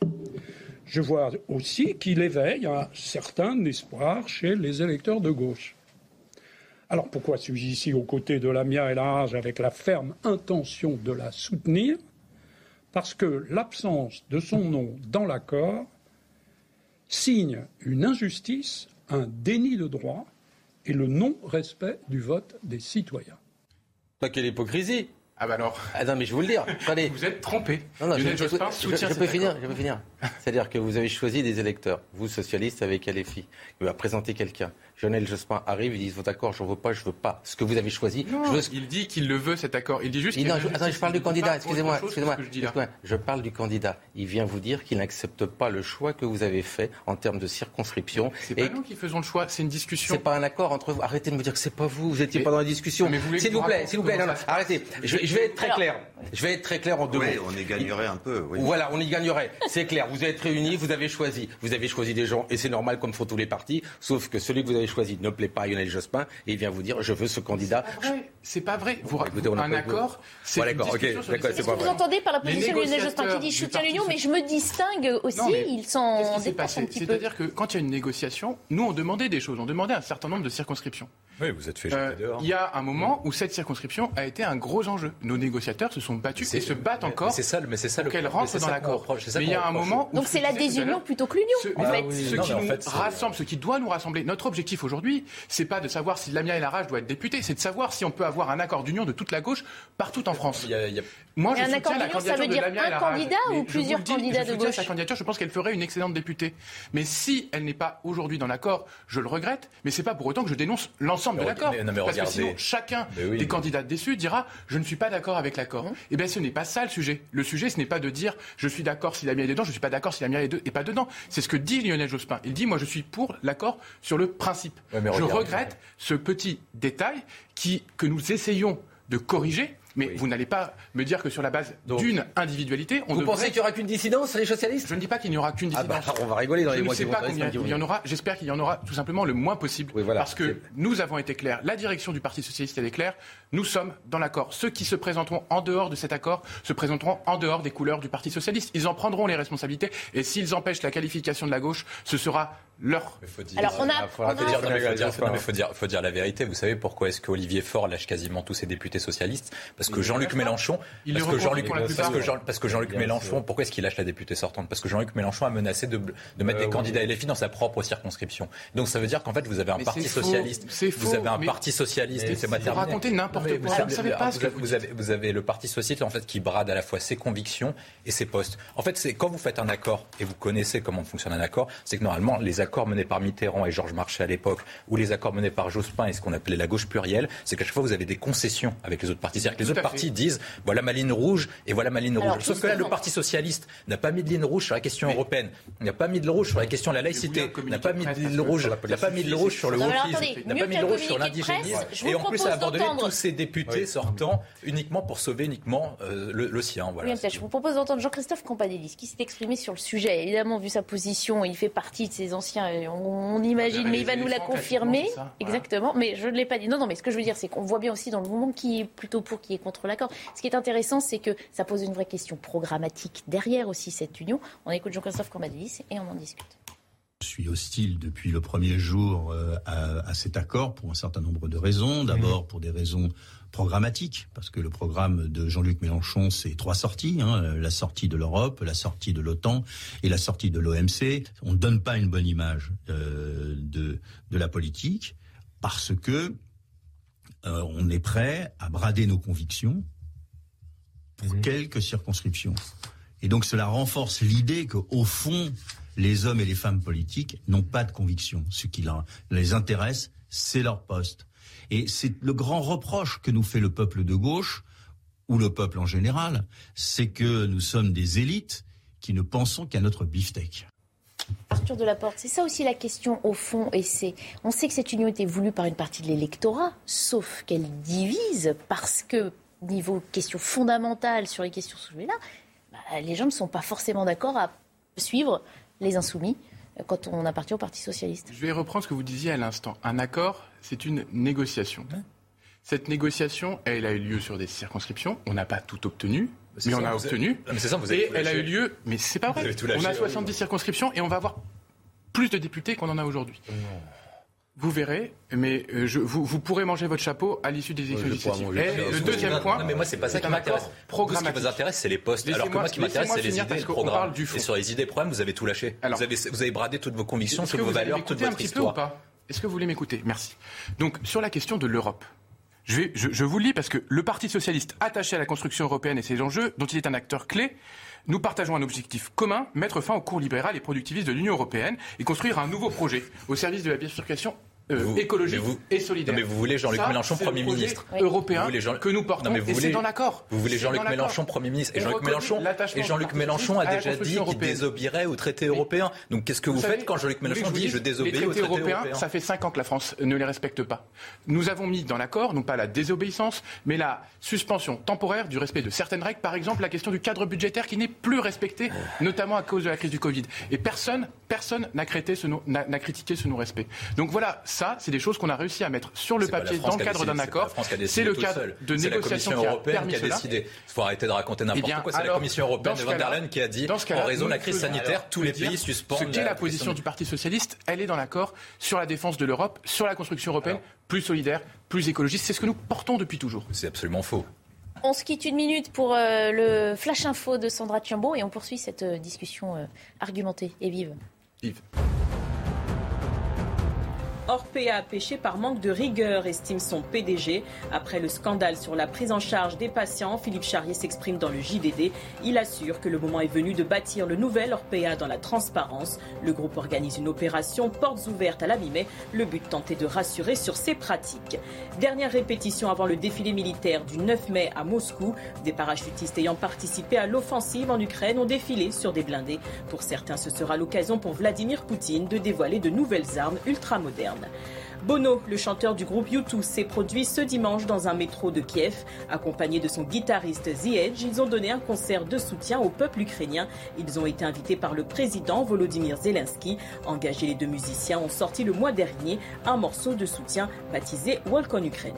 Je vois aussi qu'il éveille un certain espoir chez les électeurs de gauche. Alors pourquoi suis-je ici aux côtés de Lamia El Harraj avec la ferme intention de la soutenir ? Parce que l'absence de son nom dans l'accord signe une injustice, un déni de droit et le non-respect du vote des citoyens. Quelle hypocrisie! Ah bah alors. Ah non, mais je vais vous le dire. Allez. Vous êtes trompé. Non, je peux finir. C'est-à-dire que vous avez choisi des électeurs, vous socialistes avec LFI, il va présenter quelqu'un. Lionel Jospin arrive, il dit votre accord, j'en veux pas, je veux pas. Ce que vous avez choisi. Il dit qu'il le veut cet accord. Il dit juste. Je parle du candidat. Excusez-moi. Je parle du candidat. Il vient vous dire qu'il n'accepte pas le choix que vous avez fait en termes de circonscription. C'est pas nous qui faisons le choix. C'est une discussion. C'est pas un accord entre vous. Arrêtez de me dire que c'est pas vous. Vous étiez pas dans la discussion. S'il vous plaît. Non, arrêtez. Je vais être très clair. Je vais être très clair en deux mots. Oui, on y gagnerait un peu. Oui. Voilà, on y gagnerait. C'est clair. Vous êtes réunis, vous avez choisi des gens, et c'est normal comme font tous les partis, sauf que celui que vous avez choisi ne plaît pas à Lionel Jospin, et il vient vous dire je veux ce candidat. C'est pas vrai. Un accord, c'est une discussion sur Qu'est-ce que vous entendez par la position de Lionel Jospin qui dit je soutiens l'union, mais je me distingue aussi, il s'en dépasse un petit peu. C'est-à-dire que quand il y a une négociation, nous on demandait des choses, on demandait un certain nombre de circonscriptions. Oui, vous êtes fait jeter dehors. Il y a un moment où cette circonscription a été un gros enjeu. Nos négociateurs se sont battus et se battent encore pour qu'elle rentre dans l'accord. Mais il y a un moment où... Donc c'est la désunion plutôt que l'union, en fait. Ce qui nous rassemble, ce qui doit nous rassembler. Notre objectif aujourd'hui, c'est pas de savoir si Lamia El Harraj doit être députée, c'est de savoir si on peut avoir un accord d'union de toute la gauche partout en France. Moi, je soutiens la candidature de Lamia El Harraj. Un candidat ou plusieurs candidats de gauche? Sa candidature, je pense qu'elle ferait une excellente députée. Mais si elle n'est pas aujourd'hui dans l'accord, je le regrette, mais c'est pas pour autant que je dénonce l'ensemble de l'accord. Parce que sinon, chacun des candidats déçus dira je ne suis pas d'accord avec l'accord. Eh bien, ce n'est pas ça le sujet. Le sujet, ce n'est pas de dire je suis d'accord si Lamia est dedans, je ne suis pas d'accord si Lamia est pas dedans. C'est ce que dit Lionel Jospin. Il dit moi, je suis pour l'accord sur le principe. Je regrette ce petit détail que nous essayons de corriger. Mais vous n'allez pas me dire que sur la base d'une individualité, Vous pensez qu'il n'y aura qu'une dissidence, les socialistes ? Je ne dis pas qu'il n'y aura qu'une dissidence. On va rigoler dans les mois qui vont. Je ne sais pas combien il y en aura. J'espère qu'il y en aura tout simplement le moins possible. Parce que nous avons été clairs. La direction du Parti socialiste est claire. Nous sommes dans l'accord. Ceux qui se présenteront en dehors de cet accord se présenteront en dehors des couleurs du Parti socialiste. Ils en prendront les responsabilités. Et s'ils empêchent la qualification de la gauche, ce sera leur... faut dire la vérité. Vous savez pourquoi est-ce qu'Olivier Faure lâche quasiment tous ses députés socialistes ? Parce que Jean-Luc Mélenchon... Parce que Jean-Luc Mélenchon... Pourquoi est-ce qu'il lâche la députée sortante ? Parce que Jean-Luc Mélenchon a menacé de mettre des candidats LFI dans sa propre circonscription. Donc ça veut dire qu'en fait, vous avez un parti socialiste. Vous avez un parti socialiste. Vous racontez n'importe quoi. Vous ne savez pas ce que vous avez le parti socialiste en fait qui brade à la fois ses convictions et ses postes. En fait, c'est quand vous faites un accord et vous connaissez comment fonctionne un accord, c'est que normalement les accords menés par Mitterrand et Georges Marchais à l'époque, ou les accords menés par Jospin et ce qu'on appelait la gauche plurielle, c'est qu'à chaque fois vous avez des concessions avec les autres partis. C'est-à-dire que les autres partis disent voilà ma ligne rouge et voilà ma ligne rouge. Sauf que là, le Parti socialiste n'a pas mis de ligne rouge sur la question européenne, n'a pas mis de ligne rouge sur la question de la laïcité, n'a pas mis de ligne rouge, n'a pas mis de rouge sur le wokisme, n'a pas mis de rouge sur l'indigénisme, et en plus a abandonné tous ses députés sortants uniquement pour sauver le sien. Voilà. Je vous propose d'entendre Jean-Christophe Campadalis qui s'est exprimé sur le sujet. Évidemment, vu sa position, il fait partie de ces anciens, on imagine, mais il va nous la confirmer. Exactement, mais je ne l'ai pas dit. Non, mais ce que je veux dire, c'est qu'on voit bien aussi dans le mouvement qui est plutôt pour, qui est contre l'accord. Ce qui est intéressant, c'est que ça pose une vraie question programmatique derrière aussi cette union. On écoute Jean-Christophe Campadalis et on en discute. Je suis hostile depuis le premier jour à cet accord pour un certain nombre de raisons. D'abord pour des raisons programmatiques, parce que le programme de Jean-Luc Mélenchon, c'est 3 sorties, la sortie de l'Europe, la sortie de l'OTAN et la sortie de l'OMC. On ne donne pas une bonne image de la politique parce que on est prêt à brader nos convictions pour quelques circonscriptions. Et donc cela renforce l'idée qu'au fond, les hommes et les femmes politiques n'ont pas de conviction. Ce qui les intéresse, c'est leur poste. Et c'est le grand reproche que nous fait le peuple de gauche, ou le peuple en général, c'est que nous sommes des élites qui ne pensons qu'à notre beefsteak. Arthur Delaporte, c'est ça aussi la question au fond, et on sait que cette union était voulue par une partie de l'électorat, sauf qu'elle divise parce que, niveau question fondamentale sur les questions soulevées là, les gens ne sont pas forcément d'accord à suivre les insoumis quand on appartient au Parti socialiste. Je vais reprendre ce que vous disiez à l'instant. Un accord, c'est une négociation. Cette négociation, elle a eu lieu sur des circonscriptions. On n'a pas tout obtenu, mais on a obtenu. Et elle a eu lieu, mais c'est pas vrai. On a 70 circonscriptions et on va avoir plus de députés qu'on en a aujourd'hui. Vous verrez, mais vous pourrez manger votre chapeau à l'issue des élections législatives. Le deuxième point, non, mais moi c'est pas ça qui m'intéresse. Ce qui vous intéresse, c'est les postes. Alors que moi, ce qui m'intéresse, c'est les idées et le programme. Et sur les idées et programmes, vous avez tout lâché. Vous avez bradé toutes vos convictions, toutes vos valeurs, toute votre histoire. Est-ce que vous voulez m'écouter ? Merci. Donc sur la question de l'Europe, je vous le lis parce que le Parti socialiste attaché à la construction européenne et ses enjeux, dont il est un acteur clé, nous partageons un objectif commun, mettre fin au cours libéral et productiviste de l'Union européenne et construire un nouveau projet au service de la bifurcation écologique et solidaire. Non mais vous voulez Jean-Luc Mélenchon Premier ministre européen que nous portons et c'est dans l'accord. Vous voulez Jean-Luc Mélenchon Premier ministre et Jean-Luc Mélenchon a déjà dit qu'il désobéirait au traité européen. Donc qu'est-ce que vous faites quand Jean-Luc Mélenchon dit je désobéis au traité européen ? Ça fait 5 ans que la France ne les respecte pas. Nous avons mis dans l'accord non pas la désobéissance mais la suspension temporaire du respect de certaines règles, par exemple la question du cadre budgétaire qui n'est plus respecté, notamment à cause de la crise du Covid. Et personne n'a critiqué ce non-respect. Donc voilà, ça, c'est des choses qu'on a réussi à mettre sur le papier dans le cadre d'un accord. C'est le cadre de négociation qui a permis cela. Il faut arrêter de raconter n'importe quoi. C'est la Commission européenne de Von der Leyen qui a dit, en raison de la crise sanitaire, tous les pays suspendent. Ce qu'est la position du Parti socialiste, elle est dans l'accord sur la défense de l'Europe, sur la construction européenne, plus solidaire, plus écologiste. C'est ce que nous portons depuis toujours. C'est absolument faux. On se quitte 1 minute pour le Flash Info de Sandra Thiambo et on poursuit cette discussion argumentée et vive. Orpea a péché par manque de rigueur, estime son PDG. Après le scandale sur la prise en charge des patients, Philippe Charrier s'exprime dans le JDD. Il assure que le moment est venu de bâtir le nouvel Orpea dans la transparence. Le groupe organise une opération portes ouvertes à la mi-mai. Le but tenter de rassurer sur ses pratiques. Dernière répétition avant le défilé militaire du 9 mai à Moscou. Des parachutistes ayant participé à l'offensive en Ukraine ont défilé sur des blindés. Pour certains, ce sera l'occasion pour Vladimir Poutine de dévoiler de nouvelles armes ultramodernes. Bono, le chanteur du groupe U2, s'est produit ce dimanche dans un métro de Kiev. Accompagné de son guitariste The Edge, ils ont donné un concert de soutien au peuple ukrainien. Ils ont été invités par le président Volodymyr Zelensky. Engagés, les deux musiciens ont sorti le mois dernier un morceau de soutien baptisé Walk on Ukraine.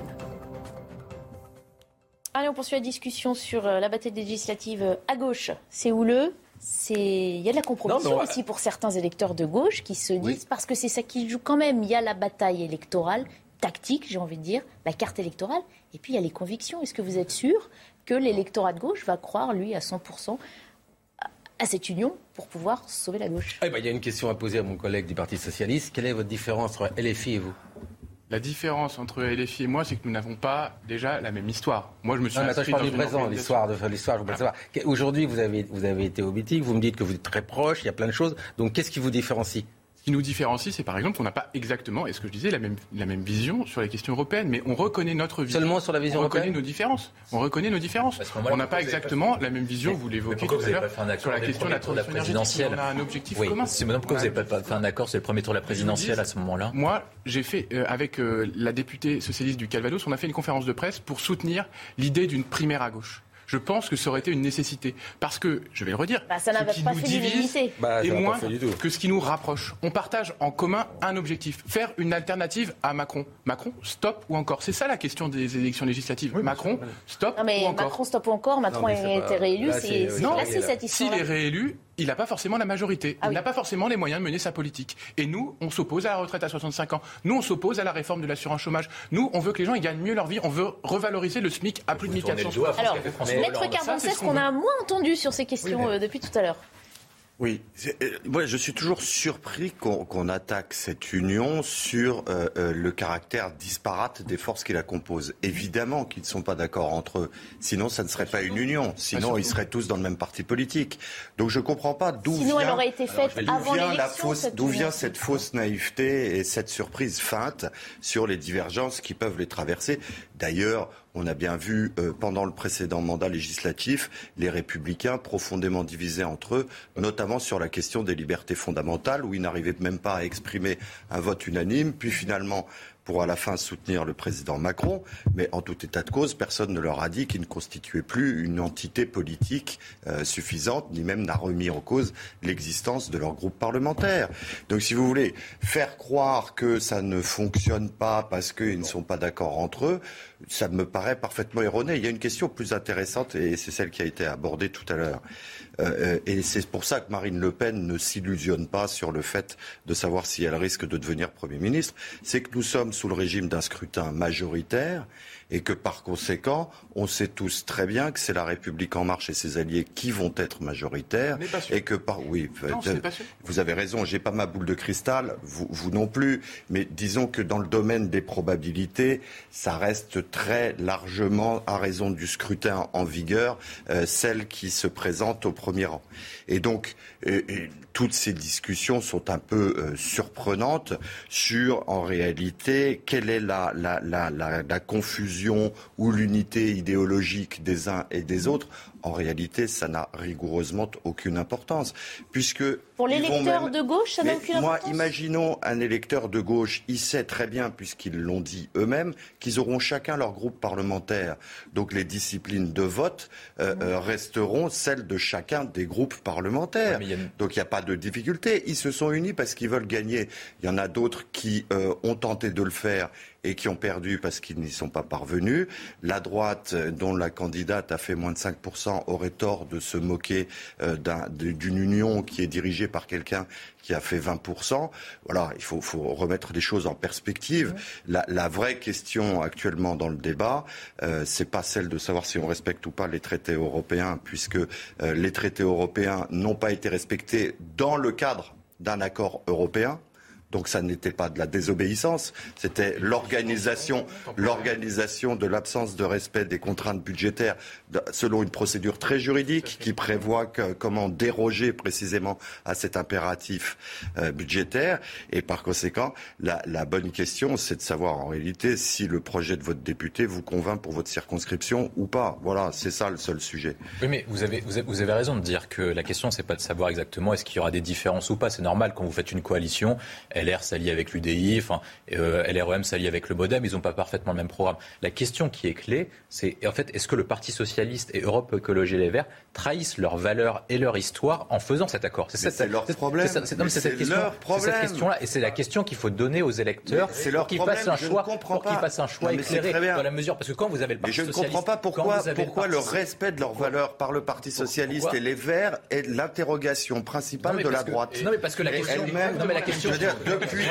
Allez, on poursuit la discussion sur la bataille législative à gauche. C'est houleux. Il y a de la compromission aussi pour certains électeurs de gauche qui se disent, parce que c'est ça qui joue quand même, il y a la bataille électorale, tactique, j'ai envie de dire, la carte électorale, et puis il y a les convictions. Est-ce que vous êtes sûr que l'électorat de gauche va croire, lui, à 100% à cette union pour pouvoir sauver la gauche? Il y a une question à poser à mon collègue du Parti Socialiste. Quelle est votre différence entre LFI et vous? La différence entre LFI et moi, c'est que nous n'avons pas déjà la même histoire. Moi, je me suis inscrit je parle dans du présent, l'histoire, je voudrais savoir. Aujourd'hui, vous avez été au meeting, vous me dites que vous êtes très proche, il y a plein de choses. Donc, qu'est-ce qui vous différencie? Ce qui nous différencie, c'est par exemple qu'on n'a pas exactement, est-ce que je disais, la même vision sur les questions européennes, mais on reconnaît notre vision. Seulement sur la vision européenne. On reconnaît nos différences. On n'a pas exactement la même vision, vous l'évoquez tout à l'heure, sur la question de la transition énergétique. On a un objectif commun. Pourquoi vous n'avez pas fait un accord sur le premier tour de la présidentielle à ce moment-là? Moi, j'ai fait, avec la députée socialiste du Calvados, on a fait une conférence de presse pour soutenir l'idée d'une primaire à gauche. Je pense que ça aurait été une nécessité. Parce que, je vais le redire, ce qui nous divise est moins que ce qui nous rapproche. On partage en commun un objectif, faire une alternative à Macron. Macron, stop ou encore? C'est ça la question des élections législatives. Macron, stop ou encore? Macron, stop ou encore? Macron a été réélu, c'est classé cette histoire. S'il est réélu, il n'a pas forcément la majorité. Il n'a pas forcément les moyens de mener sa politique. Et nous, on s'oppose à la retraite à 65 ans. Nous, on s'oppose à la réforme de l'assurance chômage. Nous, on veut que les gens gagnent mieux leur vie. On veut revaloriser le SMIC à plus de 1400 €. Alors, Maître Carbon-Cesse, qu'on a moins entendu sur ces questions depuis tout à l'heure. Oui, je suis toujours surpris qu'on attaque cette union sur le caractère disparate des forces qui la composent. Évidemment qu'ils ne sont pas d'accord entre eux, sinon ça ne serait pas une union, sinon ils seraient tous dans le même parti politique. Donc je ne comprends pas d'où vient cette fausse naïveté et cette surprise feinte sur les divergences qui peuvent les traverser. D'ailleurs, on a bien vu pendant le précédent mandat législatif les Républicains profondément divisés entre eux, notamment sur la question des libertés fondamentales, où ils n'arrivaient même pas à exprimer un vote unanime, puis finalement pour à la fin soutenir le président Macron, mais en tout état de cause, personne ne leur a dit qu'ils ne constituaient plus une entité politique suffisante, ni même n'a remis en cause l'existence de leur groupe parlementaire. Donc si vous voulez faire croire que ça ne fonctionne pas parce qu'ils ne sont pas d'accord entre eux, ça me paraît parfaitement erroné. Il y a une question plus intéressante, et c'est celle qui a été abordée tout à l'heure. Et c'est pour ça que Marine Le Pen ne s'illusionne pas sur le fait de savoir si elle risque de devenir Premier ministre. C'est que nous sommes sous le régime d'un scrutin majoritaire et que par conséquent, on sait tous très bien que c'est la République En Marche et ses alliés qui vont être majoritaires. Et que vous avez raison, j'ai pas ma boule de cristal, vous non plus, mais disons que dans le domaine des probabilités, ça reste très largement, à raison du scrutin en vigueur, celle qui se présente au premier rang. Et donc, toutes ces discussions sont un peu surprenantes sur, en réalité, quelle est la confusion ou l'unité idéologique des uns et des autres. En réalité, ça n'a rigoureusement aucune importance, puisque... Pour l'électeur de gauche, ça n'a aucune importance. Imaginons un électeur de gauche, il sait très bien, puisqu'ils l'ont dit eux-mêmes, qu'ils auront chacun leur groupe parlementaire. Donc les disciplines de vote resteront celles de chacun des groupes parlementaires. Donc il n'y a pas de difficulté. Ils se sont unis parce qu'ils veulent gagner. Il y en a d'autres qui ont tenté de le faire et qui ont perdu parce qu'ils n'y sont pas parvenus. La droite, dont la candidate a fait moins de 5%, aurait tort de se moquer d'une union qui est dirigée par quelqu'un qui a fait 20%. Voilà, il faut remettre les choses en perspective. La vraie question actuellement dans le débat, c'est pas celle de savoir si on respecte ou pas les traités européens, puisque les traités européens n'ont pas été respectés dans le cadre d'un accord européen. Donc ça n'était pas de la désobéissance, c'était l'organisation de l'absence de respect des contraintes budgétaires selon une procédure très juridique qui prévoit comment déroger précisément à cet impératif budgétaire. Et par conséquent, la bonne question, c'est de savoir en réalité si le projet de votre député vous convainc pour votre circonscription ou pas. Voilà, c'est ça le seul sujet. Oui, mais vous avez raison de dire que la question, c'est pas de savoir exactement est-ce qu'il y aura des différences ou pas. C'est normal, quand vous faites une coalition, LR s'allie avec l'UDI, LREM s'allie avec le MoDem, ils n'ont pas parfaitement le même programme. La question qui est clé, c'est en fait, est-ce que le Parti socialiste et Europe Écologie Les Verts trahissent leurs valeurs et leur histoire en faisant cet accord? C'est leur problème. C'est cette question-là, et c'est la question qu'il faut donner aux électeurs pour qu'ils fassent un choix, éclairé dans la mesure, parce que quand vous avez le Parti socialiste, je ne comprends pas pourquoi le respect de leurs valeurs par le Parti socialiste et les Verts est l'interrogation principale de la droite. Non, mais parce que la question, je veux dire, depuis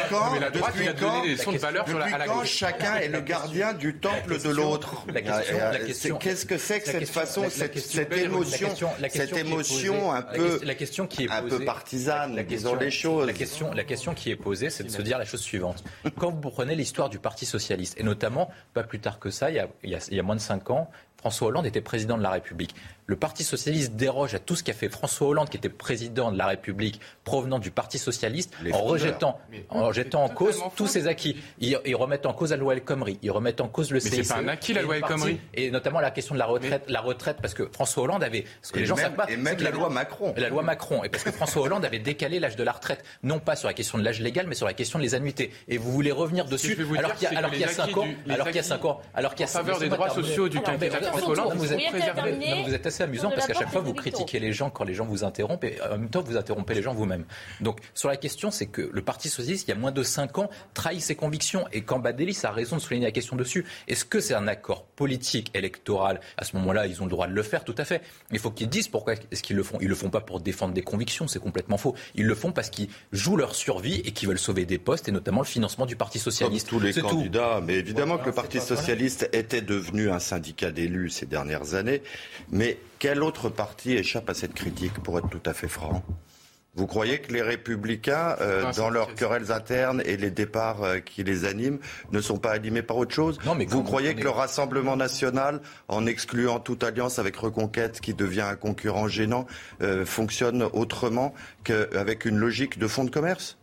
quand chacun est le gardien du temple de l'autre? Qu'est-ce que c'est que cette façon, cette émotion un peu partisane, disons les choses? La question qui est posée, c'est de se dire la chose suivante. Quand vous prenez l'histoire du Parti socialiste, et notamment, pas plus tard que ça, il y a moins de 5 ans, François Hollande était président de la République. Le Parti socialiste déroge à tout ce qu'a fait François Hollande, qui était président de la République, provenant du Parti socialiste, en rejetant en cause tous ses acquis. Ils remettent en cause la loi El Khomri, ils remettent en cause le CICE. Mais c'est pas un acquis, la loi El Khomri. Et notamment la question de la retraite, parce que François Hollande avait... Ce que les gens savent pas, et même la loi Macron. La loi Macron. Et parce que François Hollande avait décalé l'âge de la retraite, non pas sur la question de l'âge légal, mais sur la question des annuités. Et vous voulez revenir dessus, alors qu'il y a 5 ans... En faveur des droits sociaux du quinquennat François Hollande, vous êtes assez amusant, parce qu'à chaque fois vous critiquez les gens quand les gens vous interrompent, et en même temps vous interrompez les gens vous-même. Donc sur la question, c'est que le Parti socialiste, il y a moins de 5 ans, trahit ses convictions, et Cambadélis a raison de souligner la question dessus. Est-ce que c'est un accord politique, électoral? À ce moment-là, ils ont le droit de le faire, tout à fait. Mais il faut qu'ils disent pourquoi est-ce qu'ils le font. Ils le font pas pour défendre des convictions, c'est complètement faux. Ils le font parce qu'ils jouent leur survie et qu'ils veulent sauver des postes, et notamment le financement du Parti socialiste. Comme tous les candidats, mais évidemment que le Parti socialiste était devenu un syndicat d'élus ces dernières années. Mais quel autre parti échappe à cette critique, pour être tout à fait franc? Vous croyez que les Républicains, dans leurs querelles internes et les départs qui les animent, ne sont pas animés par autre chose? Non, mais vous croyez que le Rassemblement national, en excluant toute alliance avec Reconquête, qui devient un concurrent gênant, fonctionne autrement qu'avec une logique de fonds de commerce?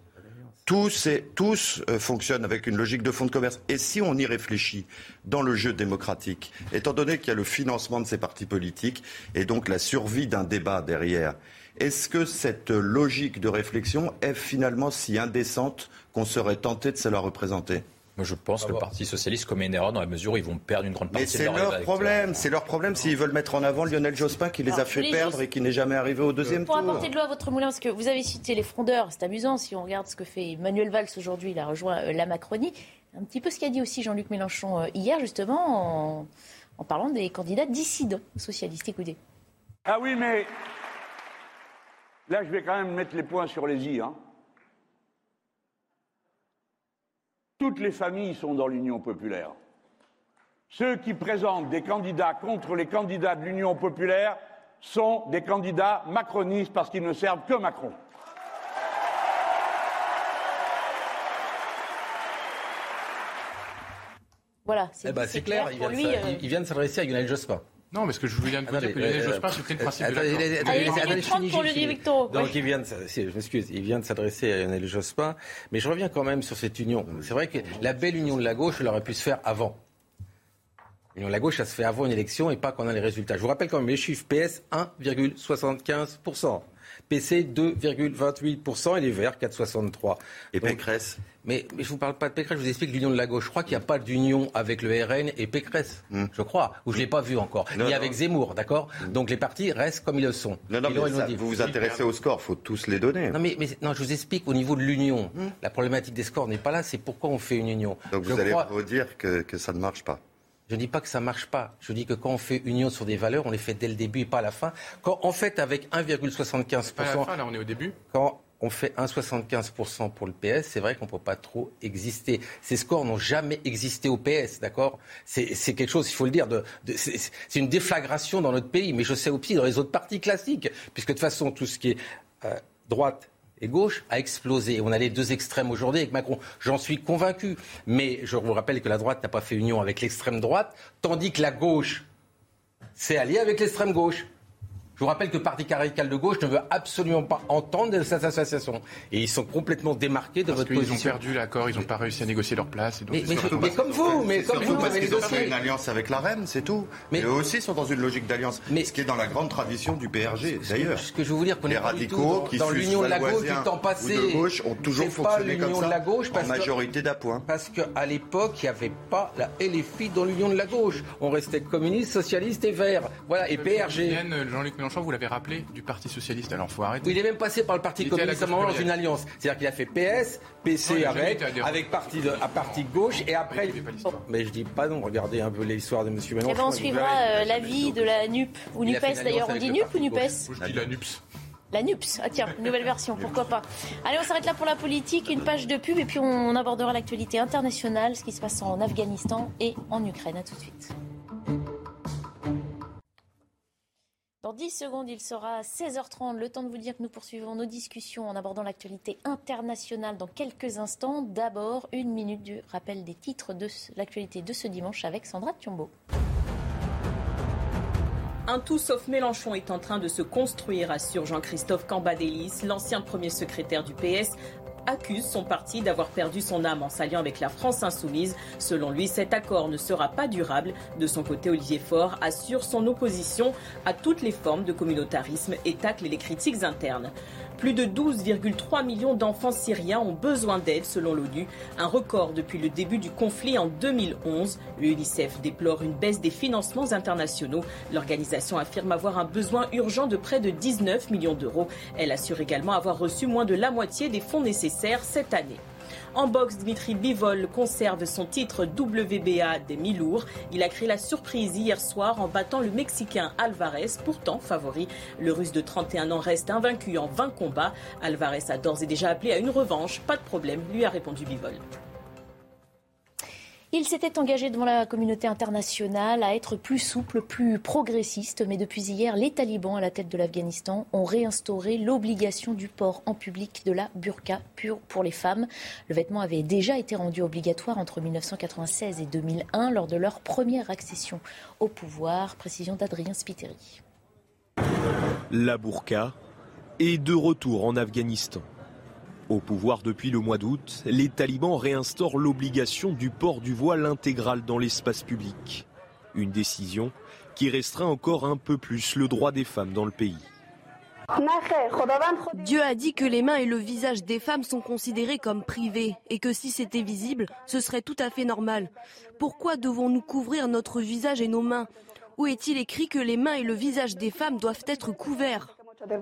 Tous fonctionnent avec une logique de fonds de commerce. Et si on y réfléchit dans le jeu démocratique, étant donné qu'il y a le financement de ces partis politiques et donc la survie d'un débat derrière, est-ce que cette logique de réflexion est finalement si indécente qu'on serait tenté de se la représenter? Moi, je pense que le Parti socialiste commet une erreur dans la mesure où ils vont perdre une grande partie de leur électorat. C'est leur problème s'ils veulent mettre en avant Lionel Jospin qui les a fait perdre et qui n'est jamais arrivé au deuxième tour. Pour apporter de l'eau à votre moulin, parce que vous avez cité les frondeurs, c'est amusant si on regarde ce que fait Manuel Valls aujourd'hui, il a rejoint la Macronie. Un petit peu ce qu'a dit aussi Jean-Luc Mélenchon hier, justement, en parlant des candidats dissidents socialistes. Écoutez. Ah oui, mais là, je vais quand même mettre les points sur les i. Toutes les familles sont dans l'Union populaire. Ceux qui présentent des candidats contre les candidats de l'Union populaire sont des candidats macronistes parce qu'ils ne servent que Macron. Voilà, c'est clair, il vient de s'adresser à Lionel Jospin. Non, mais ce que je voulais dire que Lionel Jospin, c'était le principe de l'accord. Donc il vient de s'adresser à Lionel Jospin, mais je reviens quand même sur cette union. C'est vrai que la belle union de la gauche, elle aurait pu se faire avant. L'union de la gauche, ça se fait avant une élection et pas quand on a les résultats. Je vous rappelle quand même les chiffres. PS 1,75%. PC 2,28% et les Verts 4,63%. Et Pécresse? Mais je ne vous parle pas de Pécresse, je vous explique l'union de la gauche. Je crois qu'il n'y a pas d'union avec le RN et Pécresse, je crois, ou je ne l'ai pas vu encore. Ni avec Zemmour, d'accord? Donc les partis restent comme ils le sont. Non, mais vous vous intéressez aux scores, il faut tous les donner. Non, mais je vous explique au niveau de l'union. La problématique des scores n'est pas là, c'est pourquoi on fait une union. Donc vous allez vous dire que ça ne marche pas? Je ne dis pas que ça ne marche pas. Je dis que quand on fait union sur des valeurs, on les fait dès le début et pas à la fin. Quand on fait avec 1,75%... Pas à la fin, là, on est au début. Quand on fait 1,75% pour le PS, c'est vrai qu'on ne peut pas trop exister. Ces scores n'ont jamais existé au PS, d'accord? C'est quelque chose, il faut le dire, c'est une déflagration dans notre pays, mais je sais aussi dans les autres partis classiques, puisque de toute façon, tout ce qui est droite et gauche a explosé. On a les deux extrêmes aujourd'hui avec Macron. J'en suis convaincu. Mais je vous rappelle que la droite n'a pas fait union avec l'extrême droite, tandis que la gauche s'est alliée avec l'extrême gauche. Je vous rappelle que le Parti radical de gauche ne veut absolument pas entendre de cette association. Et ils sont complètement démarqués de votre position. Ils ont perdu l'accord, ils n'ont pas réussi à négocier leur place. Et donc mais comme vous, parce qu'ils ont fait une alliance avec la REM, c'est tout. Mais eux aussi sont dans une logique d'alliance. Ce qui est dans la grande tradition du PRG, d'ailleurs. Ce que je veux vous dire, qu'on les radicaux qui dans l'union de la gauche du temps passé, ou de gauche ont toujours fonctionné comme ça, de la gauche, en majorité d'appoint. Parce qu'à l'époque, il n'y avait pas la LFI dans l'union de la gauche. On restait communistes, socialistes et verts. Voilà, et PRG. Jean-Luc Mélenchon, vous l'avez rappelé, du Parti socialiste, alors faut arrêter. Il est même passé par le Parti communiste à un moment dans une alliance. C'est-à-dire qu'il a fait PS, PC avec parti gauche et après. Mais je dis pas non, regardez un peu l'histoire de M. Mélenchon. Et ben on suivra l'avis de la NUP ou NUPES d'ailleurs. On dit NUP ou NUPES ? Je dis la NUPS. La NUPS, ah tiens, une nouvelle version, pourquoi pas. Allez, on s'arrête là pour la politique, une page de pub et puis on abordera l'actualité internationale, ce qui se passe en Afghanistan et en Ukraine. À tout de suite. Dans 10 secondes, il sera 16h30. Le temps de vous dire que nous poursuivons nos discussions en abordant l'actualité internationale dans quelques instants. D'abord, 1 minute du rappel des titres de l'actualité de ce dimanche avec Sandra Thiombo. Un tout sauf Mélenchon est en train de se construire, assure Jean-Christophe Cambadélis, l'ancien premier secrétaire du PS. Accuse son parti d'avoir perdu son âme en s'alliant avec la France insoumise. Selon lui, cet accord ne sera pas durable. De son côté, Olivier Faure assure son opposition à toutes les formes de communautarisme et tacle les critiques internes. Plus de 12,3 millions d'enfants syriens ont besoin d'aide selon l'ONU, un record depuis le début du conflit en 2011. L'UNICEF déplore une baisse des financements internationaux. L'organisation affirme avoir un besoin urgent de près de 19 millions d'euros. Elle assure également avoir reçu moins de la moitié des fonds nécessaires cette année. En boxe, Dimitri Bivol conserve son titre WBA des mi-lourds. Il a créé la surprise hier soir en battant le Mexicain Alvarez, pourtant favori. Le Russe de 31 ans reste invaincu en 20 combats. Alvarez a d'ores et déjà appelé à une revanche. Pas de problème, lui a répondu Bivol. Il s'était engagé devant la communauté internationale à être plus souple, plus progressiste. Mais depuis hier, les talibans à la tête de l'Afghanistan ont réinstauré l'obligation du port en public de la burqa pour les femmes. Le vêtement avait déjà été rendu obligatoire entre 1996 et 2001 lors de leur première accession au pouvoir. Précision d'Adrien Spiteri. La burqa est de retour en Afghanistan. Au pouvoir depuis le mois d'août, les talibans réinstaurent l'obligation du port du voile intégral dans l'espace public. Une décision qui restreint encore un peu plus le droit des femmes dans le pays. Dieu a dit que les mains et le visage des femmes sont considérés comme privés et que si c'était visible, ce serait tout à fait normal. Pourquoi devons-nous couvrir notre visage et nos mains ? Où est-il écrit que les mains et le visage des femmes doivent être couverts ?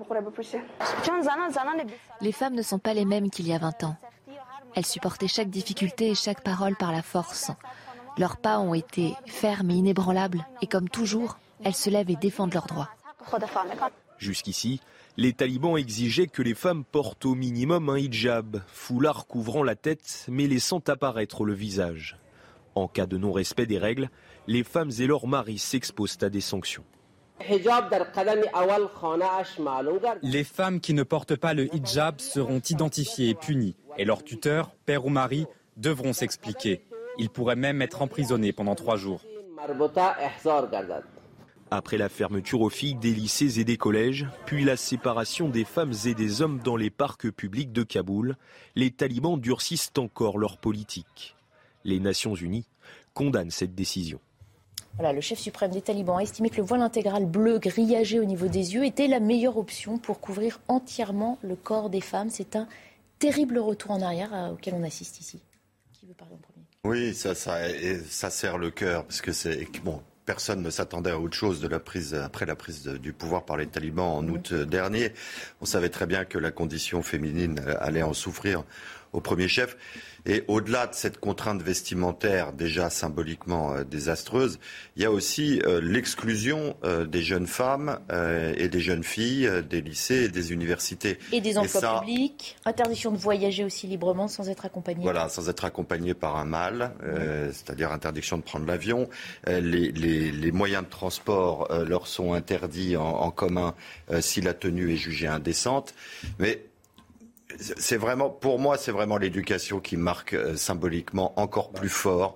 Les femmes ne sont pas les mêmes qu'il y a 20 ans. Elles supportaient chaque difficulté et chaque parole par la force. Leurs pas ont été fermes et inébranlables, et comme toujours, elles se lèvent et défendent leurs droits. Jusqu'ici, les talibans exigeaient que les femmes portent au minimum un hijab, foulard couvrant la tête mais laissant apparaître le visage. En cas de non-respect des règles, les femmes et leurs maris s'exposent à des sanctions. Les femmes qui ne portent pas le hijab seront identifiées et punies, et leurs tuteurs, père ou mari, devront s'expliquer. Ils pourraient même être emprisonnés pendant 3 jours. Après la fermeture aux filles des lycées et des collèges, puis la séparation des femmes et des hommes dans les parcs publics de Kaboul, les talibans durcissent encore leur politique. Les Nations Unies condamnent cette décision. Voilà, le chef suprême des talibans a estimé que le voile intégral bleu grillagé au niveau des yeux était la meilleure option pour couvrir entièrement le corps des femmes. C'est un terrible retour en arrière auquel on assiste ici. Qui veut parler en premier ? Oui, ça serre le cœur parce que personne ne s'attendait à autre chose après la prise du pouvoir par les talibans en août dernier. On savait très bien que la condition féminine allait en souffrir au premier chef. Et au-delà de cette contrainte vestimentaire déjà symboliquement désastreuse, il y a aussi l'exclusion des jeunes femmes et des jeunes filles des lycées et des universités. Et des emplois publics, interdiction de voyager aussi librement sans être accompagné. Voilà, sans être accompagné par un mâle, c'est-à-dire interdiction de prendre l'avion. Les moyens de transport leur sont interdits en commun si la tenue est jugée indécente. Mais pour moi, c'est vraiment l'éducation qui marque symboliquement encore plus fort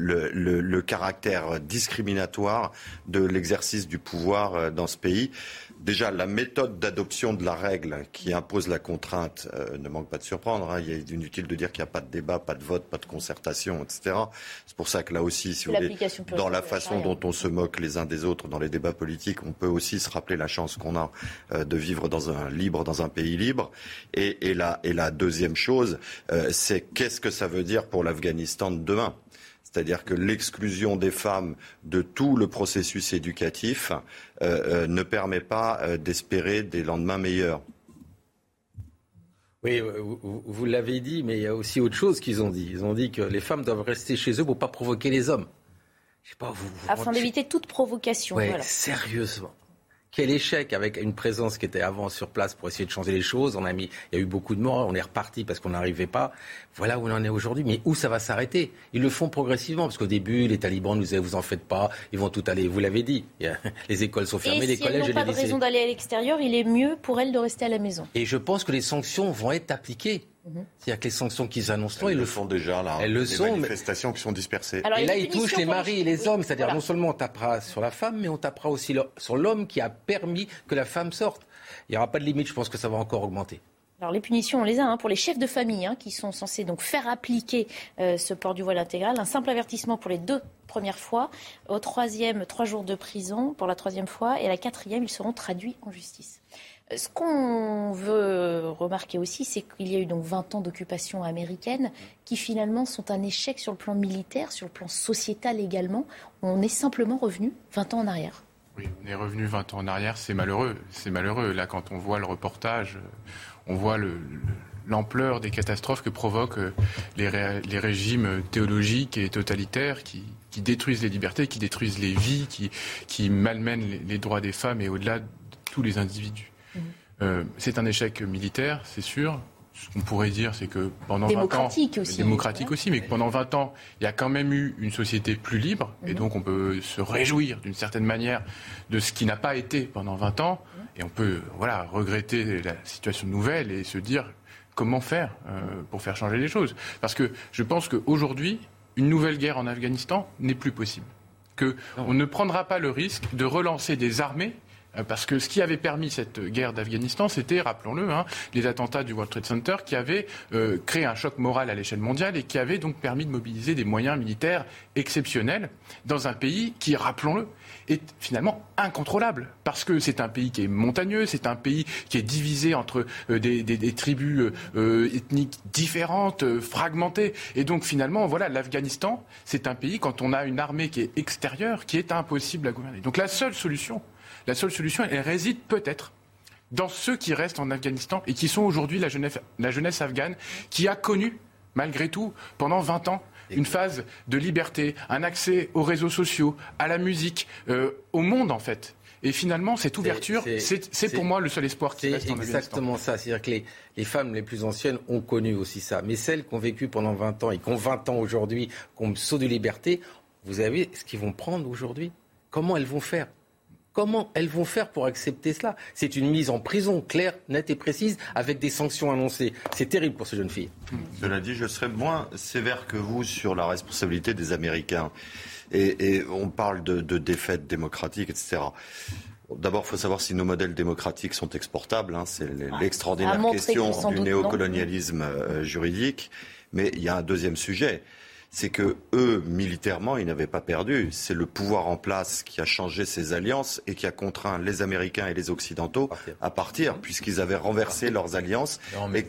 le caractère discriminatoire de l'exercice du pouvoir dans ce pays. Déjà, la méthode d'adoption de la règle qui impose la contrainte ne manque pas de surprendre. Il est inutile de dire qu'il n'y a pas de débat, pas de vote, pas de concertation, etc. C'est pour ça que là aussi, si vous voulez, dans la façon dont on se moque les uns des autres dans les débats politiques, on peut aussi se rappeler la chance qu'on a de vivre dans un pays libre. Et la deuxième chose, c'est qu'est-ce que ça veut dire pour l'Afghanistan de demain ? C'est-à-dire que l'exclusion des femmes de tout le processus éducatif ne permet pas d'espérer des lendemains meilleurs. Oui, vous l'avez dit, mais il y a aussi autre chose qu'ils ont dit. Ils ont dit que les femmes doivent rester chez eux pour ne pas provoquer les hommes. Je sais pas, afin d'éviter toute provocation. Ouais, voilà. Sérieusement. Quel échec avec une présence qui était avant sur place pour essayer de changer les choses. Il y a eu beaucoup de morts, on est reparti parce qu'on n'arrivait pas. Voilà où on en est aujourd'hui. Mais où ça va s'arrêter ? Ils le font progressivement parce qu'au début, les talibans nous disaient vous en faites pas, ils vont tout aller. Vous l'avez dit, les écoles sont fermées, les collèges et les lycées. Et si elles n'ont pas de raison d'aller à l'extérieur, il est mieux pour elles de rester à la maison. Et je pense que les sanctions vont être appliquées. C'est-à-dire que les sanctions qu'ils annoncent là, ils le font déjà là. Elles le sont. Manifestations qui sont dispersées. Alors, et là, ils touchent les maris et les hommes. C'est-à-dire non seulement on tapera sur la femme, mais on tapera aussi sur l'homme qui a permis que la femme sorte. Il n'y aura pas de limite. Je pense que ça va encore augmenter. Alors les punitions, on les a pour les chefs de famille qui sont censés donc faire appliquer ce port du voile intégral. Un simple avertissement pour les 2 premières fois. Au 3e, 3 jours de prison pour la 3e fois. Et à la 4e, ils seront traduits en justice. Ce qu'on veut remarquer aussi, c'est qu'il y a eu donc 20 ans d'occupation américaine qui finalement sont un échec sur le plan militaire, sur le plan sociétal également. On est simplement revenu 20 ans en arrière. Oui, on est revenu 20 ans en arrière, c'est malheureux. C'est malheureux. Là, quand on voit le reportage, on voit l'ampleur des catastrophes que provoquent les régimes théologiques et totalitaires qui détruisent les libertés, qui détruisent les vies, qui malmènent les droits des femmes et au-delà de tous les individus. C'est un échec militaire, c'est sûr. Ce qu'on pourrait dire, c'est que pendant 20 ans... Démocratique aussi, mais que pendant 20 ans, il y a quand même eu une société plus libre. Et donc, on peut se réjouir d'une certaine manière de ce qui n'a pas été pendant 20 ans. Et on peut regretter la situation nouvelle et se dire comment faire pour faire changer les choses. Parce que je pense qu'aujourd'hui, une nouvelle guerre en Afghanistan n'est plus possible. Qu'on ne prendra pas le risque de relancer des armées. Parce que ce qui avait permis cette guerre d'Afghanistan, c'était, rappelons-le, les attentats du World Trade Center qui avaient créé un choc moral à l'échelle mondiale et qui avaient donc permis de mobiliser des moyens militaires exceptionnels dans un pays qui, rappelons-le, est finalement incontrôlable. Parce que c'est un pays qui est montagneux, c'est un pays qui est divisé entre des tribus ethniques différentes, fragmentées. Et donc finalement, voilà, l'Afghanistan, c'est un pays, quand on a une armée qui est extérieure, qui est impossible à gouverner. Donc la seule solution, elle réside peut-être dans ceux qui restent en Afghanistan et qui sont aujourd'hui la jeunesse afghane, qui a connu, malgré tout, pendant 20 ans, une phase de liberté, un accès aux réseaux sociaux, à la musique, au monde en fait. Et finalement, cette ouverture, c'est pour moi le seul espoir qui reste en Afghanistan. C'est exactement ça. C'est-à-dire que les femmes les plus anciennes ont connu aussi ça. Mais celles qui ont vécu pendant 20 ans et qui ont 20 ans aujourd'hui, qui ont le saut de liberté, vous avez ce qu'ils vont prendre aujourd'hui. Comment elles vont faire ? Comment elles vont faire pour accepter cela ? C'est une mise en prison claire, nette et précise, avec des sanctions annoncées. C'est terrible pour ces jeunes filles. Cela dit, je serais moins sévère que vous sur la responsabilité des Américains. Et on parle de défaite démocratique, etc. D'abord, il faut savoir si nos modèles démocratiques sont exportables. C'est l'extraordinaire question du néocolonialisme juridique. Mais il y a un deuxième sujet. C'est que eux, militairement, ils n'avaient pas perdu. C'est le pouvoir en place qui a changé ces alliances et qui a contraint les Américains et les Occidentaux à partir, puisqu'ils avaient renversé leurs alliances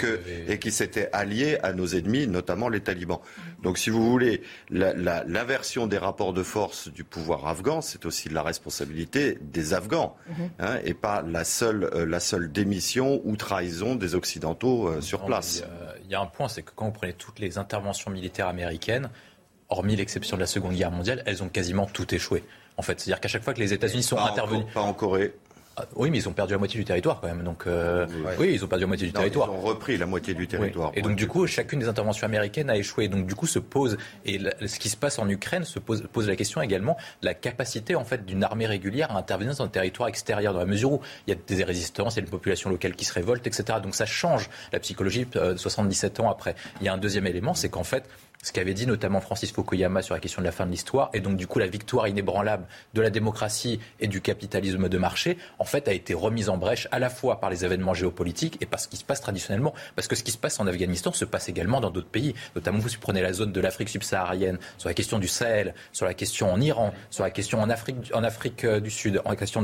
et qui s'étaient alliés à nos ennemis, notamment les talibans. Donc, si vous voulez, l'inversion des rapports de force du pouvoir afghan, c'est aussi de la responsabilité des Afghans, et pas la seule démission ou trahison des Occidentaux sur place. Il y a un point, c'est que quand vous prenez toutes les interventions militaires américaines, hormis l'exception de la Seconde Guerre mondiale, elles ont quasiment tout échoué. En fait, c'est-à-dire qu'à chaque fois que les États-Unis sont intervenus... Pas en Corée. Oui, mais ils ont perdu la moitié du territoire quand même. Donc, oui, ils ont perdu la moitié du territoire. Ils ont repris la moitié du territoire. Et donc, du coup, chacune des interventions américaines a échoué. Donc, du coup, se pose, et ce qui se passe en Ukraine se pose la question également de la capacité, en fait, d'une armée régulière à intervenir dans un territoire extérieur, dans la mesure où il y a des résistances, il y a une population locale qui se révolte, etc. Donc, ça change la psychologie 77 ans après. Il y a un deuxième élément, c'est qu'en fait, ce qu'avait dit notamment Francis Fukuyama sur la question de la fin de l'histoire, et donc du coup la victoire inébranlable de la démocratie et du capitalisme de marché, en fait a été remise en brèche à la fois par les événements géopolitiques et par ce qui se passe traditionnellement. Parce que ce qui se passe en Afghanistan se passe également dans d'autres pays, notamment vous prenez la zone de l'Afrique subsaharienne, sur la question du Sahel, sur la question en Iran, sur la question en Afrique du Sud, en question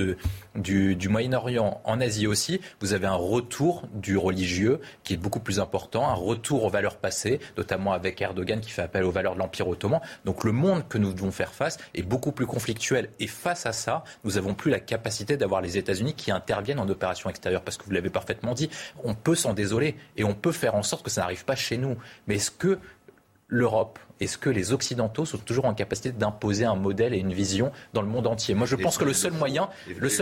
du Moyen-Orient, en Asie aussi, vous avez un retour du religieux qui est beaucoup plus important, un retour aux valeurs passées, notamment avec Erdogan qui fait appel aux valeurs de l'Empire ottoman. Donc le monde que nous devons faire face est beaucoup plus conflictuel. Et face à ça, nous n'avons plus la capacité d'avoir les États-Unis qui interviennent en opération extérieure. Parce que vous l'avez parfaitement dit, on peut s'en désoler et on peut faire en sorte que ça n'arrive pas chez nous. Mais est-ce que l'Europe, est-ce que les Occidentaux sont toujours en capacité d'imposer un modèle et une vision dans le monde entier? Moi, je pense que le seul moyen... faut-il ?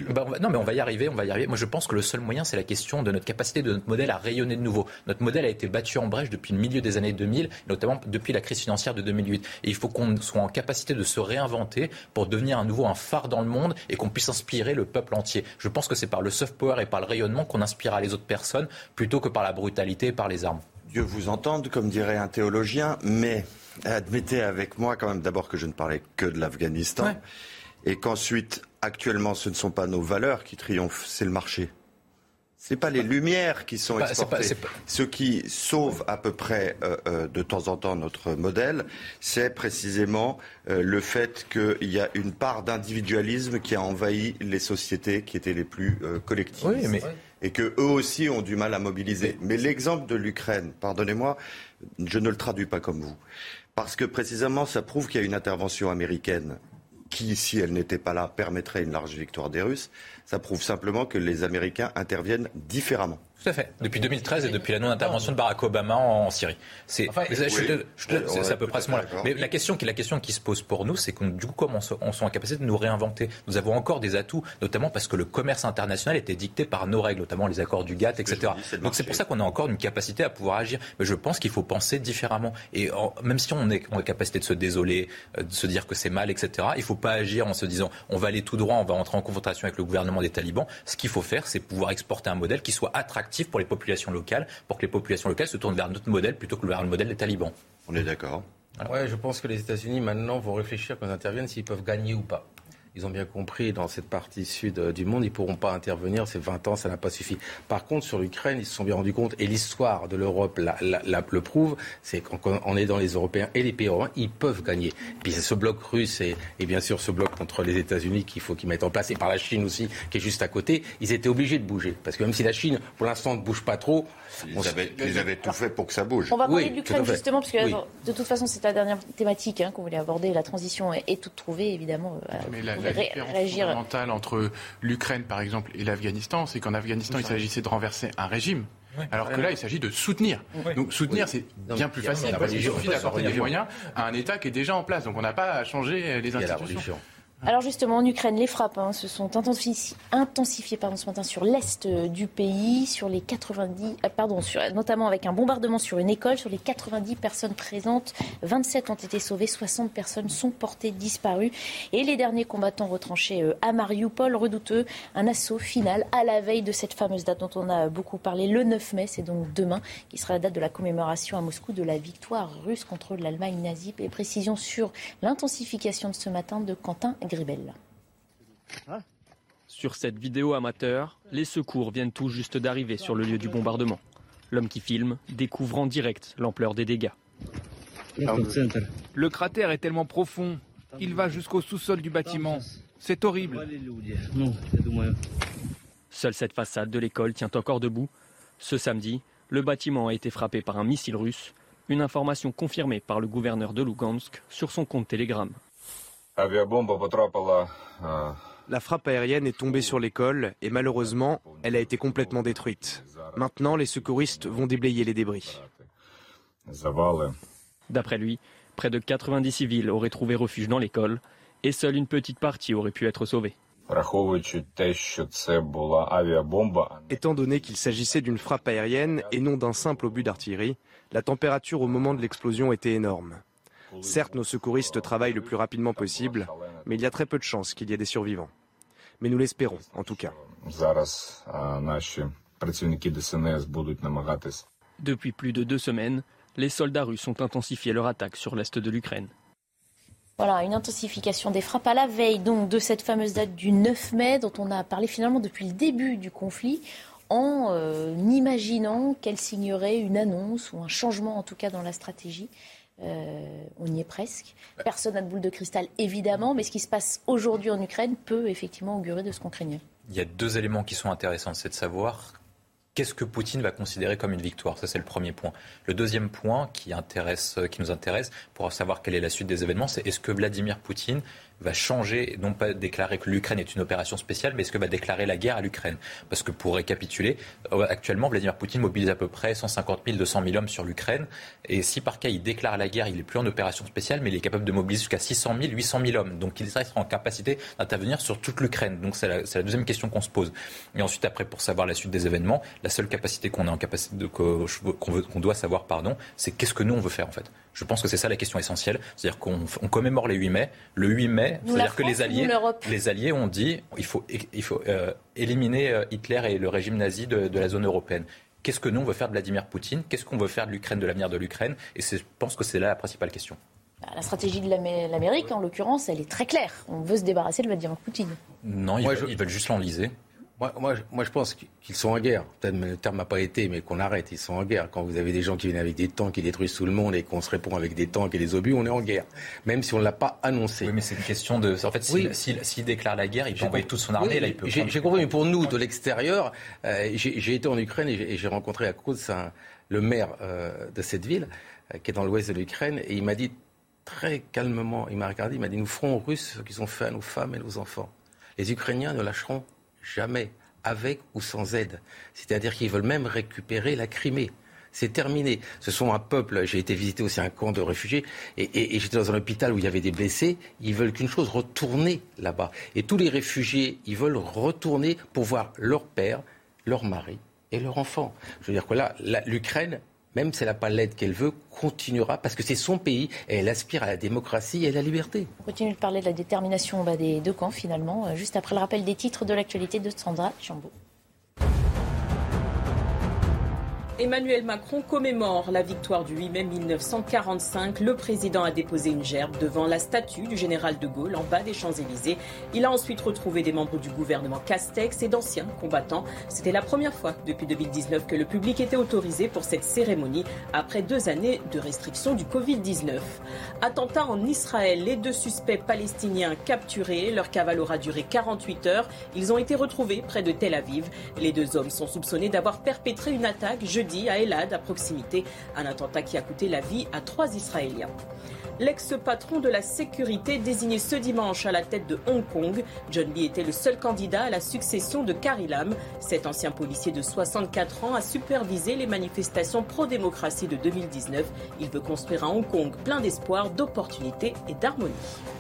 Non, mais on va y arriver. Moi, je pense que le seul moyen, c'est la question de notre capacité de notre modèle à rayonner de nouveau. Notre modèle a été battu en brèche depuis le milieu des années 2000, notamment depuis la crise financière de 2008. Et il faut qu'on soit en capacité de se réinventer pour devenir à nouveau un phare dans le monde et qu'on puisse inspirer le peuple entier. Je pense que c'est par le soft power et par le rayonnement qu'on inspirera les autres personnes plutôt que par la brutalité et par les armes. Dieu vous entende, comme dirait un théologien, mais admettez avec moi quand même d'abord que je ne parlais que de l'Afghanistan et qu'ensuite, actuellement, ce ne sont pas nos valeurs qui triomphent, c'est le marché. Ce n'est pas les lumières qui sont exportées. Ce qui sauve à peu près de temps en temps notre modèle, c'est précisément le fait qu'il y a une part d'individualisme qui a envahi les sociétés qui étaient les plus collectivistes. Oui, mais... Et qu'eux aussi ont du mal à mobiliser. Mais l'exemple de l'Ukraine, pardonnez-moi, je ne le traduis pas comme vous. Parce que précisément, ça prouve qu'il y a une intervention américaine qui, si elle n'était pas là, permettrait une large victoire des Russes. Ça prouve simplement que les Américains interviennent différemment. Tout à fait. Depuis 2013 et depuis la non-intervention de Barack Obama en Syrie. C'est à peu près ce moment-là. Mais la question qui se pose pour nous, c'est que du coup, comme on soit en capacité de nous réinventer, nous avons encore des atouts, notamment parce que le commerce international était dicté par nos règles, notamment les accords du GATT, etc. Donc c'est pour ça qu'on a encore une capacité à pouvoir agir. Mais je pense qu'il faut penser différemment. Et même si on est en capacité de se désoler, de se dire que c'est mal, etc., il ne faut pas agir en se disant on va aller tout droit, on va entrer en confrontation avec le gouvernement des talibans. Ce qu'il faut faire, c'est pouvoir exporter un modèle qui soit attractif pour les populations locales, pour que les populations locales se tournent vers notre modèle plutôt que vers le modèle des talibans. On est d'accord. Ouais, je pense que les États-Unis maintenant vont réfléchir quand ils interviennent s'ils peuvent gagner ou pas. Ils ont bien compris, dans cette partie sud du monde, ils ne pourront pas intervenir, ces 20 ans, ça n'a pas suffi. Par contre, sur l'Ukraine, ils se sont bien rendus compte, et l'histoire de l'Europe le prouve, c'est qu'on est dans les Européens et les pays européens, ils peuvent gagner. Puis c'est ce bloc russe et bien sûr ce bloc contre les États-Unis qu'il faut qu'ils mettent en place, et par la Chine aussi, qui est juste à côté, ils étaient obligés de bouger. Parce que même si la Chine, pour l'instant, ne bouge pas trop... Ils avaient tout fait pour que ça bouge. On va parler de l'Ukraine justement, parce que de toute façon, c'est la dernière thématique qu'on voulait aborder. La transition est toute trouvée, évidemment. Mais la différence fondamentale entre l'Ukraine, par exemple, et l'Afghanistan, c'est qu'en Afghanistan, il s'agissait de renverser un régime. Alors que là, il s'agit de soutenir. Donc soutenir, c'est bien plus facile. Il suffit d'apporter des moyens à un État qui est déjà en place. Donc on n'a pas à changer les institutions. Alors justement, en Ukraine, les frappes se sont intensifiées ce matin sur l'est du pays, sur les 90, notamment avec un bombardement sur une école. Sur les 90 personnes présentes, 27 ont été sauvées, 60 personnes sont portées disparues. Et les derniers combattants retranchés à Mariupol redoutent un assaut final à la veille de cette fameuse date dont on a beaucoup parlé, le 9 mai, c'est donc demain, qui sera la date de la commémoration à Moscou de la victoire russe contre l'Allemagne nazie. Et précision sur l'intensification de ce matin de Quentin Gribel. Sur cette vidéo amateur, les secours viennent tout juste d'arriver sur le lieu du bombardement. L'homme qui filme découvre en direct l'ampleur des dégâts. Le cratère est tellement profond, il va jusqu'au sous-sol du bâtiment. C'est horrible. Seule cette façade de l'école tient encore debout. Ce samedi, le bâtiment a été frappé par un missile russe, une information confirmée par le gouverneur de Lugansk sur son compte Telegram. La frappe aérienne est tombée sur l'école et malheureusement, elle a été complètement détruite. Maintenant, les secouristes vont déblayer les débris. D'après lui, près de 90 civils auraient trouvé refuge dans l'école et seule une petite partie aurait pu être sauvée. Étant donné qu'il s'agissait d'une frappe aérienne et non d'un simple obus d'artillerie, la température au moment de l'explosion était énorme. Certes, nos secouristes travaillent le plus rapidement possible, mais il y a très peu de chances qu'il y ait des survivants. Mais nous l'espérons, en tout cas. Depuis plus de 2 semaines, les soldats russes ont intensifié leur attaque sur l'est de l'Ukraine. Voilà, une intensification des frappes à la veille donc de cette fameuse date du 9 mai dont on a parlé finalement depuis le début du conflit, en imaginant qu'elle signerait une annonce ou un changement en tout cas dans la stratégie. On y est presque. Personne n'a de boule de cristal évidemment, mais ce qui se passe aujourd'hui en Ukraine peut effectivement augurer de ce qu'on craignait. Il y a deux éléments qui sont intéressants, c'est de savoir qu'est-ce que Poutine va considérer comme une victoire. Ça, c'est le premier point. Le deuxième point qui nous intéresse pour savoir quelle est la suite des événements, c'est est-ce que Vladimir Poutine va changer, non pas déclarer que l'Ukraine est une opération spéciale, mais est-ce que va déclarer la guerre à l'Ukraine ? Parce que pour récapituler, actuellement, Vladimir Poutine mobilise à peu près 150 000, 200 000 hommes sur l'Ukraine. Et si par cas il déclare la guerre, il n'est plus en opération spéciale, mais il est capable de mobiliser jusqu'à 600 000, 800 000 hommes. Donc il sera en capacité d'intervenir sur toute l'Ukraine. Donc c'est la deuxième question qu'on se pose. Et ensuite, après, pour savoir la suite des événements, la seule capacité qu'on doit savoir, c'est qu'est-ce que nous on veut faire en fait. Je pense que c'est ça la question essentielle. C'est-à-dire qu'on commémore les 8 mai. Le 8 mai, c'est-à-dire que les Alliés ont dit il faut éliminer Hitler et le régime nazi de la zone européenne. Qu'est-ce que nous on veut faire de Vladimir Poutine ? Qu'est-ce qu'on veut faire de l'Ukraine, de l'avenir de l'Ukraine ? Et je pense que c'est là la principale question. La stratégie de l'Amérique, en l'occurrence, elle est très claire. On veut se débarrasser de Vladimir Poutine. Non, ils veulent juste l'enliser. Moi, je pense qu'ils sont en guerre. Peut-être le terme n'a pas été, mais qu'on arrête. Ils sont en guerre. Quand vous avez des gens qui viennent avec des tanks qui détruisent tout le monde et qu'on se répond avec des tanks et des obus, on est en guerre. Même si on ne l'a pas annoncé. Oui, mais c'est une question de... En fait, s'il déclare la guerre, il peut envoyer toute son armée. Oui, là, il peut j'ai compris, mais pour nous, de l'extérieur, j'ai été en Ukraine et j'ai rencontré à Kouts le maire de cette ville, qui est dans l'ouest de l'Ukraine, et il m'a dit très calmement, il m'a regardé, il m'a dit, nous ferons aux Russes ce qu'ils ont fait à nos femmes et nos enfants. Les Ukrainiens ne lâcheront jamais, avec ou sans aide. C'est-à-dire qu'ils veulent même récupérer la Crimée. C'est terminé. Ce sont un peuple, j'ai été visiter aussi un camp de réfugiés, et j'étais dans un hôpital où il y avait des blessés, ils veulent qu'une chose, retourner là-bas. Et tous les réfugiés, ils veulent retourner pour voir leur père, leur mari et leur enfant. Je veux dire que là, l'Ukraine, même si elle n'a pas l'aide qu'elle veut, continuera, parce que c'est son pays, et elle aspire à la démocratie et à la liberté. On continue de parler de la détermination des deux camps, finalement, juste après le rappel des titres de l'actualité de Sandra Chambaud. Emmanuel Macron commémore la victoire du 8 mai 1945. Le président a déposé une gerbe devant la statue du général de Gaulle en bas des Champs-Élysées. Il a ensuite retrouvé des membres du gouvernement Castex et d'anciens combattants. C'était la première fois depuis 2019 que le public était autorisé pour cette cérémonie après 2 années de restrictions du Covid-19. Attentat en Israël, les 2 suspects palestiniens capturés. Leur cavale aura duré 48 heures. Ils ont été retrouvés près de Tel Aviv. Les 2 hommes sont soupçonnés d'avoir perpétré une attaque jeudi à Elad, à proximité, un attentat qui a coûté la vie à 3 Israéliens. L'ex-patron de la sécurité désigné ce dimanche à la tête de Hong Kong, John Lee était le seul candidat à la succession de Carrie Lam. Cet ancien policier de 64 ans a supervisé les manifestations pro-démocratie de 2019. Il veut construire un Hong Kong plein d'espoir, d'opportunités et d'harmonie.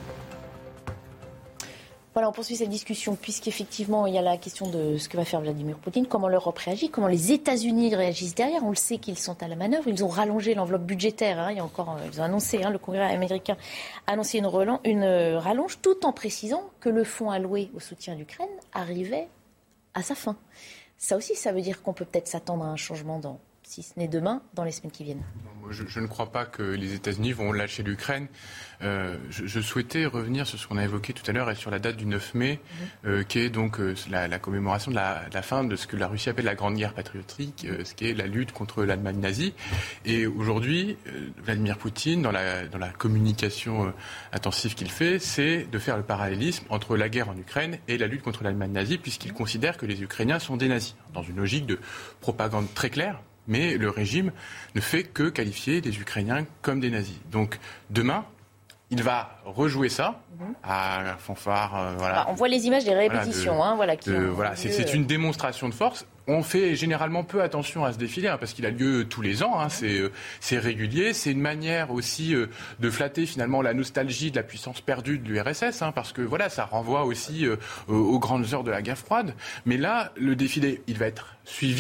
Voilà, on poursuit cette discussion puisqu'effectivement il y a la question de ce que va faire Vladimir Poutine, comment l'Europe réagit, comment les États-Unis réagissent derrière. On le sait qu'ils sont à la manœuvre, ils ont rallongé l'enveloppe budgétaire. Il y a encore, ils ont annoncé, le Congrès américain a annoncé une rallonge, tout en précisant que le fonds alloué au soutien d'Ukraine arrivait à sa fin. Ça aussi, ça veut dire qu'on peut peut-être s'attendre à un changement si ce n'est demain, dans les semaines qui viennent. Je ne crois pas que les États-Unis vont lâcher l'Ukraine. Je souhaitais revenir sur ce qu'on a évoqué tout à l'heure et sur la date du 9 mai, qui est donc la commémoration de la fin de ce que la Russie appelle la Grande Guerre patriotique, ce qui est la lutte contre l'Allemagne nazie. Et aujourd'hui, Vladimir Poutine, dans la communication intensive qu'il fait, c'est de faire le parallélisme entre la guerre en Ukraine et la lutte contre l'Allemagne nazie, puisqu'il considère que les Ukrainiens sont des nazis, dans une logique de propagande très claire. Mais le régime ne fait que qualifier les Ukrainiens comme des nazis. Donc demain, il va rejouer ça à la fanfare. Voilà. On voit les images des répétitions. C'est une démonstration de force. On fait généralement peu attention à ce défilé parce qu'il a lieu tous les ans. C'est régulier. C'est une manière aussi de flatter finalement la nostalgie de la puissance perdue de l'URSS, parce que ça renvoie aussi aux grandes heures de la guerre froide. Mais là, le défilé, il va être suivi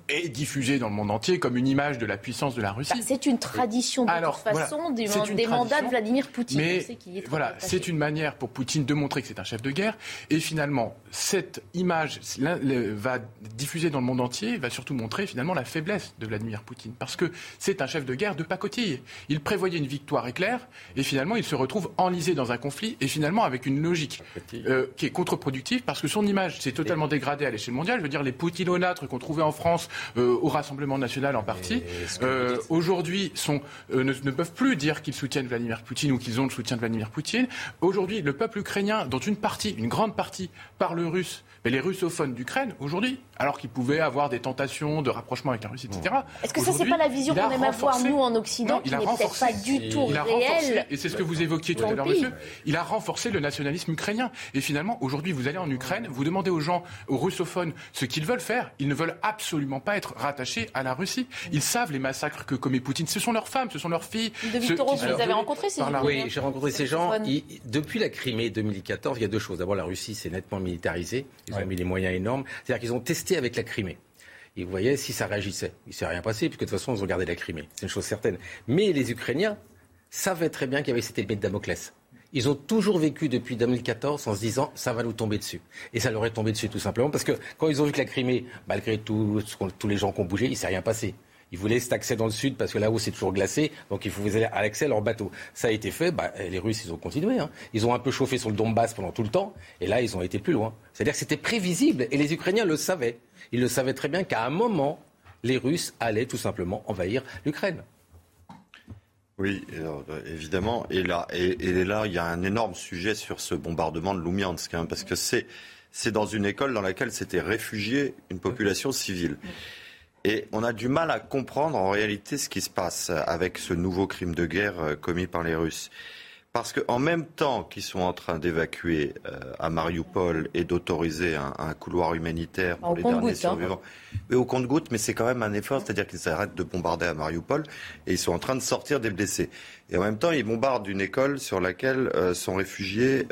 est diffusée dans le monde entier comme une image de la puissance de la Russie. C'est une tradition toute façon des mandats de Vladimir Poutine. Mais c'est une manière pour Poutine de montrer que c'est un chef de guerre. Et finalement, cette image va diffuser dans le monde entier, va surtout montrer finalement la faiblesse de Vladimir Poutine. Parce que c'est un chef de guerre de pacotille. Il prévoyait une victoire éclair et finalement il se retrouve enlisé dans un conflit et finalement avec une logique qui est contre-productive parce que son image s'est totalement dégradée à l'échelle mondiale. Je veux dire, les poutinonâtres qu'on trouvait en France au Rassemblement national en partie, aujourd'hui ne peuvent plus dire qu'ils soutiennent Vladimir Poutine ou qu'ils ont le soutien de Vladimir Poutine. Aujourd'hui, le peuple ukrainien, dont une grande partie parle russe, mais les russophones d'Ukraine, aujourd'hui, alors qu'ils pouvaient avoir des tentations de rapprochement avec la Russie, etc. Est-ce que ça, c'est pas la vision qu'on aime avoir, nous, en Occident, qui n'est peut-être pas du tout réelle? Et c'est ce que vous évoquiez tout à l'heure, monsieur. Il a renforcé le nationalisme ukrainien. Et finalement, aujourd'hui, vous allez en Ukraine, vous demandez aux gens, aux russophones, ce qu'ils veulent faire. Ils ne veulent absolument pas être rattachés à la Russie. Ils savent les massacres que commet Poutine. Ce sont leurs femmes, ce sont leurs filles. De Victor, vous les avez rencontrés, ces gens? Oui, j'ai rencontré ces gens. Depuis la Crimée 2014, il y a deux choses. D'abord, la Russie s'est nettement militarisée. Ils ont mis des moyens énormes. C'est-à-dire qu'ils ont testé avec la Crimée. Et vous voyez, si ça réagissait, il ne s'est rien passé, puisque de toute façon, ils ont gardé la Crimée. C'est une chose certaine. Mais les Ukrainiens savaient très bien qu'il y avait cette épée de Damoclès. Ils ont toujours vécu depuis 2014 en se disant ça va nous tomber dessus. Et ça leur est tombé dessus tout simplement parce que quand ils ont vu que la Crimée, malgré tous les gens qui ont bougé, il ne s'est rien passé. Ils voulaient cet accès dans le sud parce que là-haut c'est toujours glacé, donc il faut aller à l'accès à leur bateau. Ça a été fait, les Russes ils ont continué. Ils ont un peu chauffé sur le Donbass pendant tout le temps, et là ils ont été plus loin. C'est-à-dire que c'était prévisible, et les Ukrainiens le savaient. Ils le savaient très bien qu'à un moment, les Russes allaient tout simplement envahir l'Ukraine. Oui, évidemment. Et là, il y a un énorme sujet sur ce bombardement de Loumiansk, parce que c'est dans une école dans laquelle s'était réfugiée une population civile. Et on a du mal à comprendre en réalité ce qui se passe avec ce nouveau crime de guerre commis par les Russes. Parce qu'en même temps qu'ils sont en train d'évacuer à Mariupol et d'autoriser un couloir humanitaire pour les derniers survivants, mais au compte-gouttes, mais c'est quand même un effort, c'est-à-dire qu'ils arrêtent de bombarder à Mariupol et ils sont en train de sortir des blessés. Et en même temps, ils bombardent une école dans laquelle sont réfugiés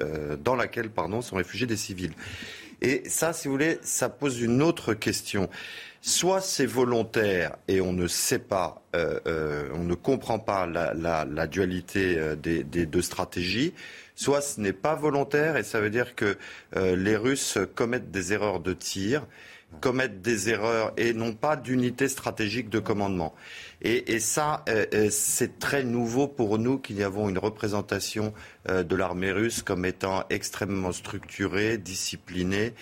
des civils. Et ça, si vous voulez, ça pose une autre question. Soit c'est volontaire et on ne sait pas, on ne comprend pas la dualité des deux stratégies, soit ce n'est pas volontaire et ça veut dire que les Russes commettent des erreurs de tir, commettent des erreurs et n'ont pas d'unité stratégique de commandement. Et ça, c'est très nouveau pour nous qui avons une représentation de l'armée russe comme étant extrêmement structurée, disciplinée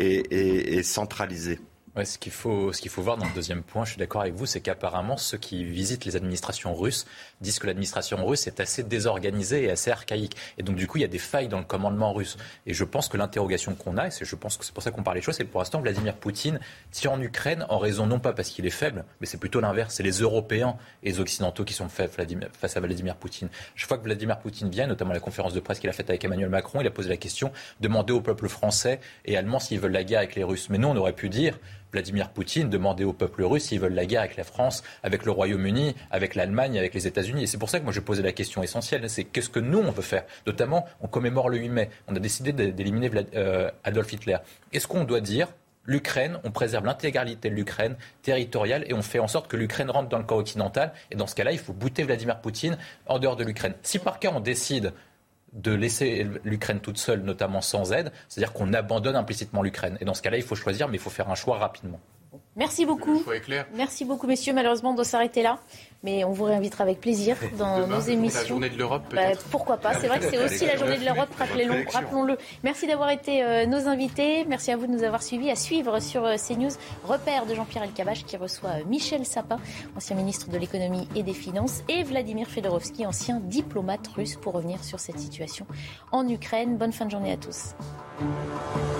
et centralisée. Ouais, ce qu'il faut voir dans le deuxième point, je suis d'accord avec vous, c'est qu'apparemment ceux qui visitent les administrations russes disent que l'administration russe est assez désorganisée et assez archaïque. Et donc du coup, il y a des failles dans le commandement russe. Et je pense que l'interrogation qu'on a, et je pense que c'est pour ça qu'on parle des choses, c'est que pour l'instant, Vladimir Poutine tire en Ukraine en raison non pas parce qu'il est faible, mais c'est plutôt l'inverse. C'est les Européens et les Occidentaux qui sont faibles face à Vladimir Poutine. Chaque fois que Vladimir Poutine vient, notamment la conférence de presse qu'il a faite avec Emmanuel Macron, il a posé la question, demandez au peuple français et allemand s'ils veulent la guerre avec les Russes. Mais nous, on aurait pu dire Vladimir Poutine demander au peuple russe s'ils veulent la guerre avec la France, avec le Royaume-Uni, avec l'Allemagne, avec les États-Unis. Et c'est pour ça que moi je posais la question essentielle, c'est qu'est-ce que nous on veut faire ? Notamment, on commémore le 8 mai, on a décidé d'éliminer Adolf Hitler. Est-ce qu'on doit dire l'Ukraine, on préserve l'intégralité de l'Ukraine territoriale et on fait en sorte que l'Ukraine rentre dans le camp occidental et dans ce cas-là, il faut bouter Vladimir Poutine en dehors de l'Ukraine. Si par cas on décide de laisser l'Ukraine toute seule, notamment sans aide, c'est-à-dire qu'on abandonne implicitement l'Ukraine. Et dans ce cas-là, il faut choisir, mais il faut faire un choix rapidement. Merci beaucoup. Merci beaucoup, messieurs. Malheureusement, on doit s'arrêter là. Mais on vous réinvitera avec plaisir dans nos émissions. La journée de l'Europe, peut-être. Pourquoi pas. C'est vrai que c'est aussi la journée de l'Europe, rappelons-le. Merci d'avoir été nos invités. Merci à vous de nous avoir suivis. À suivre sur CNews, Repère de Jean-Pierre Elkabbach qui reçoit Michel Sapin, ancien ministre de l'économie et des finances, et Vladimir Fedorovski, ancien diplomate russe, pour revenir sur cette situation en Ukraine. Bonne fin de journée à tous.